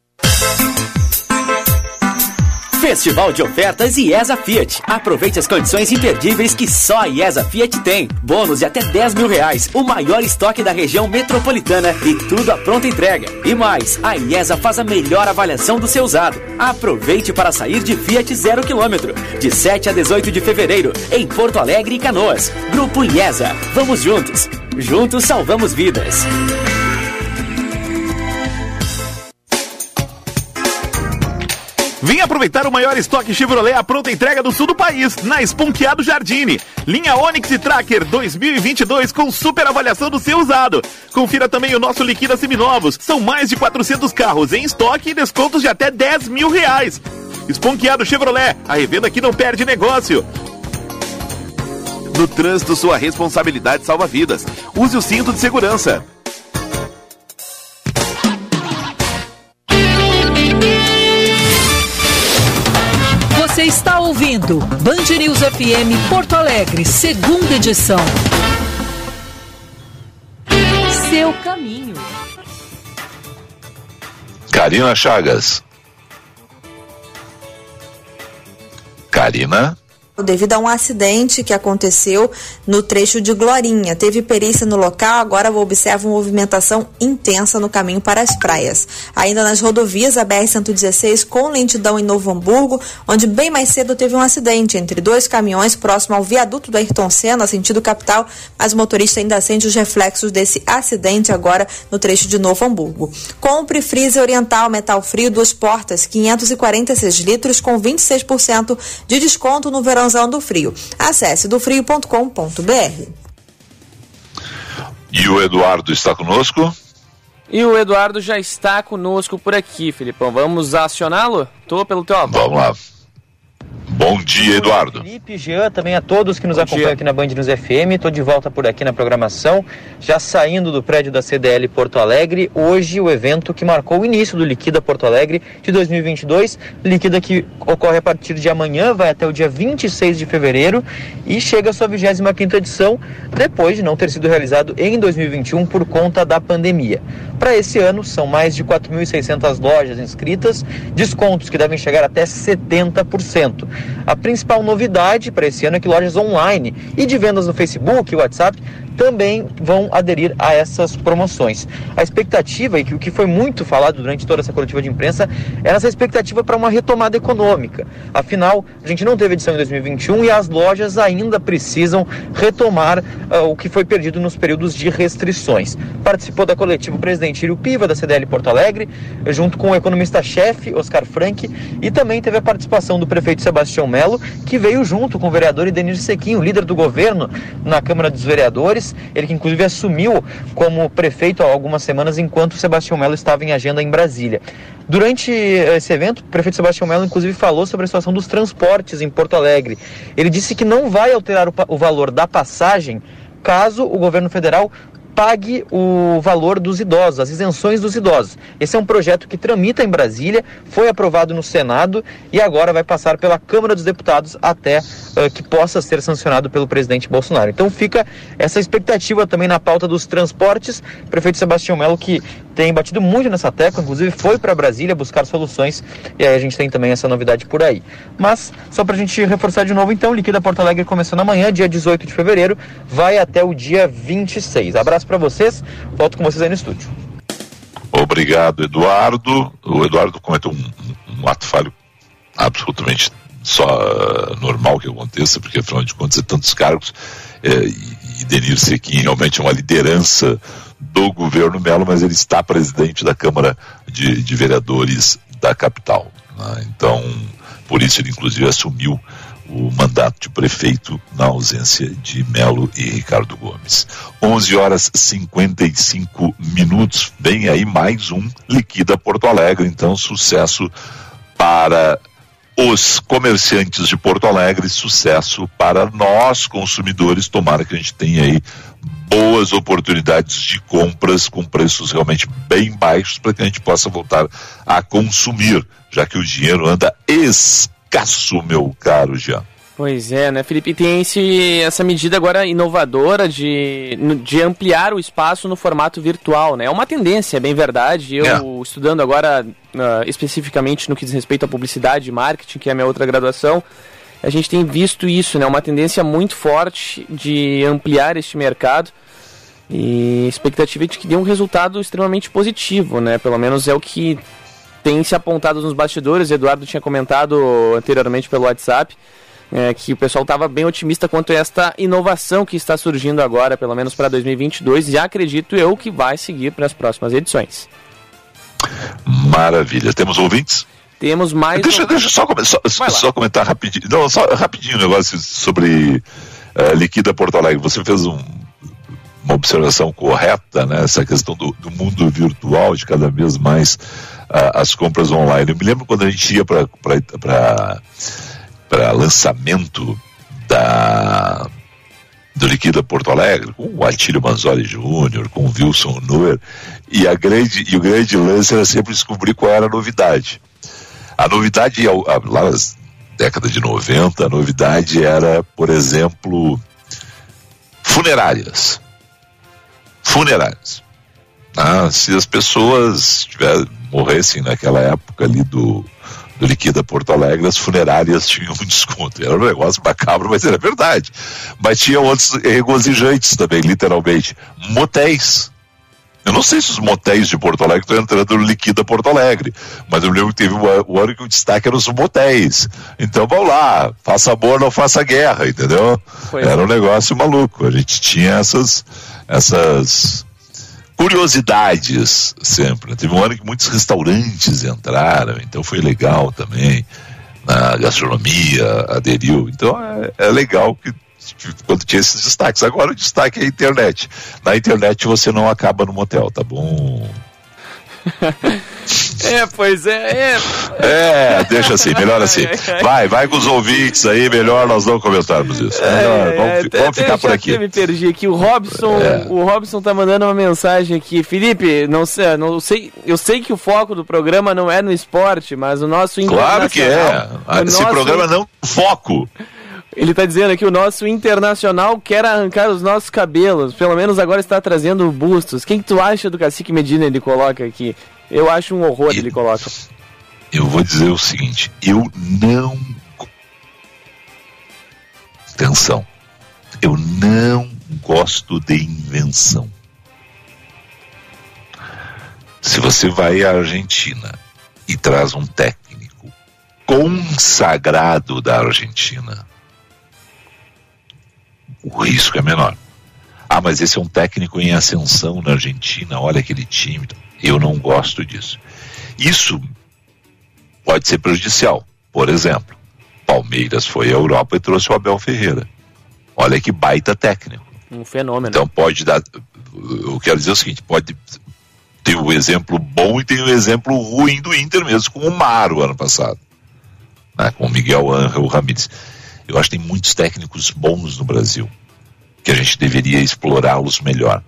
Festival de ofertas IESA Fiat. Aproveite as condições imperdíveis que só a IESA Fiat tem. Bônus de até dez mil reais, o maior estoque da região metropolitana e tudo à pronta entrega. E mais, a IESA faz a melhor avaliação do seu usado. Aproveite para sair de Fiat zero quilômetro. De sete a dezoito de fevereiro, em Porto Alegre e Canoas. Grupo IESA. Vamos juntos. Juntos salvamos vidas. Vem aproveitar o maior estoque Chevrolet à pronta entrega do sul do país, na Esponqueado Jardine. Linha Onix e Tracker dois mil e vinte e dois com super avaliação do seu usado. Confira também o nosso Liquida Seminovos. São mais de quatrocentos carros em estoque e descontos de até dez mil reais. Esponqueado Chevrolet, a revenda que não perde negócio. No trânsito, sua responsabilidade salva vidas. Use o cinto de segurança. Você está ouvindo Band News F M Porto Alegre, segunda edição. Seu caminho. Karina Chagas. Karina. Devido a um acidente que aconteceu no trecho de Glorinha. Teve perícia no local, agora observa uma movimentação intensa no caminho para as praias. Ainda nas rodovias, a B R cento e dezesseis com lentidão em Novo Hamburgo, onde bem mais cedo teve um acidente entre dois caminhões próximo ao viaduto da Ayrton Senna, sentido capital, mas o motorista ainda sente os reflexos desse acidente agora no trecho de Novo Hamburgo. Compre freezer oriental metal frio duas portas, quinhentos e quarenta e seis litros com vinte e seis por cento de desconto no verão do frio. Acesse do frio ponto com ponto b r. E o Eduardo está conosco? E o Eduardo já está conosco por aqui, Filipão. Vamos acioná-lo? Tô pelo teu apoio. Vamos lá. Bom dia, Eduardo. Felipe, Jean, também a todos que nos Bom acompanham dia. aqui na Band News F M. Estou de volta por aqui na programação, já saindo do prédio da C D L Porto Alegre. Hoje o evento que marcou o início do Liquida Porto Alegre de dois mil e vinte e dois. Liquida que ocorre a partir de amanhã, vai até o dia vinte e seis de fevereiro e chega à sua vigésima quinta edição, depois de não ter sido realizado em dois mil e vinte e um por conta da pandemia. Para esse ano, são mais de quatro mil e seiscentas lojas inscritas, descontos que devem chegar até setenta por cento. A principal novidade para esse ano é que lojas online e de vendas no Facebook e WhatsApp também vão aderir a essas promoções. A expectativa, e que o que foi muito falado durante toda essa coletiva de imprensa, era essa expectativa para uma retomada econômica. Afinal, a gente não teve edição em dois mil e vinte e um e as lojas ainda precisam retomar uh, o que foi perdido nos períodos de restrições. Participou da coletiva o presidente Írio Piva, da C D L Porto Alegre, junto com o economista-chefe, Oscar Frank, e também teve a participação do prefeito Sebastião Melo, que veio junto com o vereador Idenir Sequinho, líder do governo na Câmara dos Vereadores, ele que inclusive assumiu como prefeito há algumas semanas enquanto o Sebastião Melo estava em agenda em Brasília. Durante esse evento, o prefeito Sebastião Melo inclusive falou sobre a situação dos transportes em Porto Alegre. Ele disse que não vai alterar o, o valor da passagem caso o governo federal pague o valor dos idosos, as isenções dos idosos. Esse é um projeto que tramita em Brasília, foi aprovado no Senado e agora vai passar pela Câmara dos Deputados até uh, que possa ser sancionado pelo presidente Bolsonaro. Então fica essa expectativa também na pauta dos transportes. O prefeito Sebastião Melo que tem batido muito nessa tecla, inclusive foi para Brasília buscar soluções, e aí a gente tem também essa novidade por aí. Mas, só para a gente reforçar de novo, então, Liquida Porto Alegre começando amanhã, dia dezoito de fevereiro, vai até o dia vinte e seis. Abraço para vocês, volto com vocês aí no estúdio. Obrigado, Eduardo. O Eduardo cometeu um, um, um ato falho absolutamente só uh, normal que aconteça, porque afinal de contas é tantos cargos, é, e, e Denir Sequim realmente é uma liderança do governo Melo, mas ele está presidente da Câmara de, de Vereadores da capital, né? Então, por isso ele inclusive assumiu o mandato de prefeito na ausência de Melo e Ricardo Gomes. onze horas e cinquenta e cinco minutos, vem aí mais um Liquida Porto Alegre, então sucesso para os comerciantes de Porto Alegre, sucesso para nós consumidores, tomara que a gente tenha aí boas oportunidades de compras com preços realmente bem baixos para que a gente possa voltar a consumir, já que o dinheiro anda escasso, meu caro Jean. Pois é, né, Felipe? Tem esse, essa medida agora inovadora de, de ampliar o espaço no formato virtual, né? É uma tendência, é bem verdade. Eu, é. estudando agora uh, especificamente no que diz respeito à publicidade e marketing, que é a minha outra graduação, a gente tem visto isso, né? Uma tendência muito forte de ampliar este mercado e expectativa de que dê um resultado extremamente positivo, né? Pelo menos é o que tem se apontado nos bastidores. O Eduardo tinha comentado anteriormente pelo WhatsApp, É, que o pessoal estava bem otimista quanto a esta inovação que está surgindo agora, pelo menos para dois mil e vinte e dois, e acredito eu que vai seguir para as próximas edições. Maravilha. Temos ouvintes? Temos mais... Deixa, um... deixa eu só, só, só comentar rapidinho, não, só rapidinho um negócio sobre uh, Liquida Porto Alegre. Você fez um, uma observação correta, né? Essa questão do, do mundo virtual, de cada vez mais uh, as compras online. Eu me lembro quando a gente ia para... para lançamento da, do Liquida Porto Alegre, com o Atílio Manzoli Júnior, com o Wilson Nuer, e, a grande, e o grande lance era sempre descobrir qual era a novidade. A novidade, lá na década de noventa, a novidade era, por exemplo, funerárias. Funerárias. Ah, se as pessoas tiver, morressem naquela época ali do do Liquida Porto Alegre, as funerárias tinham um desconto. Era um negócio macabro, mas era verdade. Mas tinha outros regozijantes também, literalmente. Motéis. Eu não sei se os motéis de Porto Alegre estão entrando no Liquida Porto Alegre, mas eu lembro que teve o ano que o destaque era os motéis. Então vamos lá, faça amor, não faça guerra, entendeu? Foi. Era um negócio maluco. A gente tinha essas... essas curiosidades sempre. Teve um ano que muitos restaurantes entraram, então foi legal também. Na gastronomia aderiu. Então é, é legal que quando tinha esses destaques. Agora o destaque é a internet. Na internet você não acaba no motel, tá bom? É, pois é, é. É, deixa assim, melhor assim. Vai, vai com os ouvintes aí, melhor nós não comentarmos isso. Melhor, é, vamos, é, vamos ficar por aqui. Eu me perdi aqui. O Robson, é. o Robson tá mandando uma mensagem aqui. Felipe, não sei, não sei, eu sei que o foco do programa não é no esporte, mas o nosso Claro que é. Esse nosso... programa não é foco. Ele tá dizendo aqui, o nosso internacional quer arrancar os nossos cabelos. Pelo menos agora está trazendo bustos. O que, que tu acha do Cacique Medina? Ele coloca aqui. Eu acho um horror, ele coloca. Eu vou dizer o seguinte, eu não... Atenção. Eu não gosto de invenção. Se você vai à Argentina e traz um técnico consagrado da Argentina, o risco é menor. Ah, mas esse é um técnico em ascensão na Argentina, olha aquele time. Eu não gosto disso. Isso pode ser prejudicial. Por exemplo, Palmeiras foi à Europa e trouxe o Abel Ferreira. Olha que baita técnico. Um fenômeno. Então pode dar... Eu quero dizer o seguinte, pode ter o exemplo bom e tem o exemplo ruim do Inter mesmo, com o Maro ano passado, né, com o Miguel Ángel Ramírez. Eu acho que tem muitos técnicos bons no Brasil, que a gente deveria explorá-los melhor.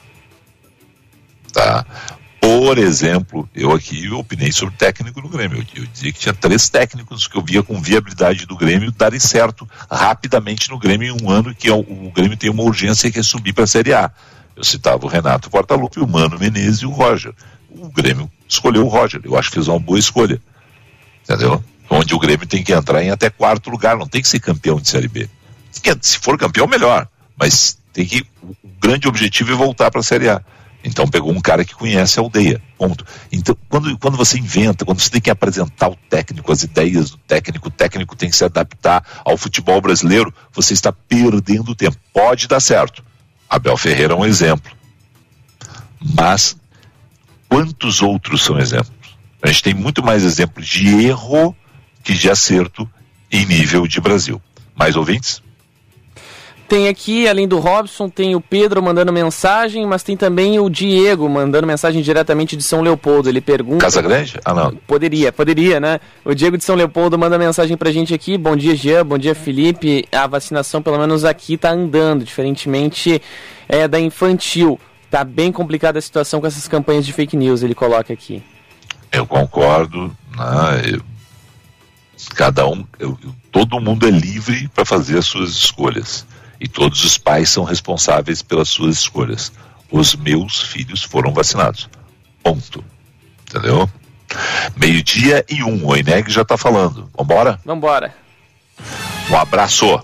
Tá? Por exemplo, eu aqui opinei sobre técnico no Grêmio. Eu, eu dizia que tinha três técnicos que eu via com viabilidade do Grêmio darem certo rapidamente no Grêmio em um ano que o, o Grêmio tem uma urgência que é subir para a Série A. Eu citava o Renato Portaluppi, o Mano Menezes e o Roger. o Grêmio escolheu o Roger. Eu acho que fez uma boa escolha. Entendeu? Onde o Grêmio tem que entrar em até quarto lugar, não tem que ser campeão de Série B. Se for campeão, melhor. Mas tem que. O grande objetivo é voltar para a Série A. Então pegou um cara que conhece a aldeia. Ponto. Então, quando, quando você inventa, quando você tem que apresentar o técnico, as ideias do técnico, o técnico tem que se adaptar ao futebol brasileiro, você está perdendo tempo. Pode dar certo. Abel Ferreira é um exemplo. Mas quantos outros são exemplos? A gente tem muito mais exemplos de erro que de acerto em nível de Brasil. Mais ouvintes? Tem aqui, além do Robson, tem o Pedro mandando mensagem, mas tem também o Diego mandando mensagem diretamente de São Leopoldo. Ele pergunta... Casa Grande? Ah, não. Poderia, poderia, né? O Diego de São Leopoldo manda mensagem pra gente aqui. Bom dia, Jean. Bom dia, Felipe. A vacinação, pelo menos aqui, tá andando, diferentemente é, da infantil. Tá bem complicada a situação com essas campanhas de fake news, ele coloca aqui. Eu concordo, né? Eu... Cada um... Eu... Todo mundo é livre para fazer as suas escolhas. E todos os pais são responsáveis pelas suas escolhas. Os meus filhos foram vacinados. Ponto. Entendeu? Meio-dia e um. O Eneg já está falando. Vambora? Vambora. Um abraço.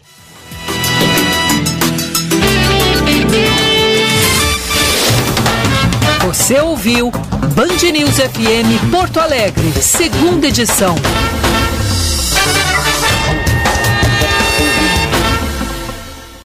Você ouviu Band News F M Porto Alegre, segunda edição.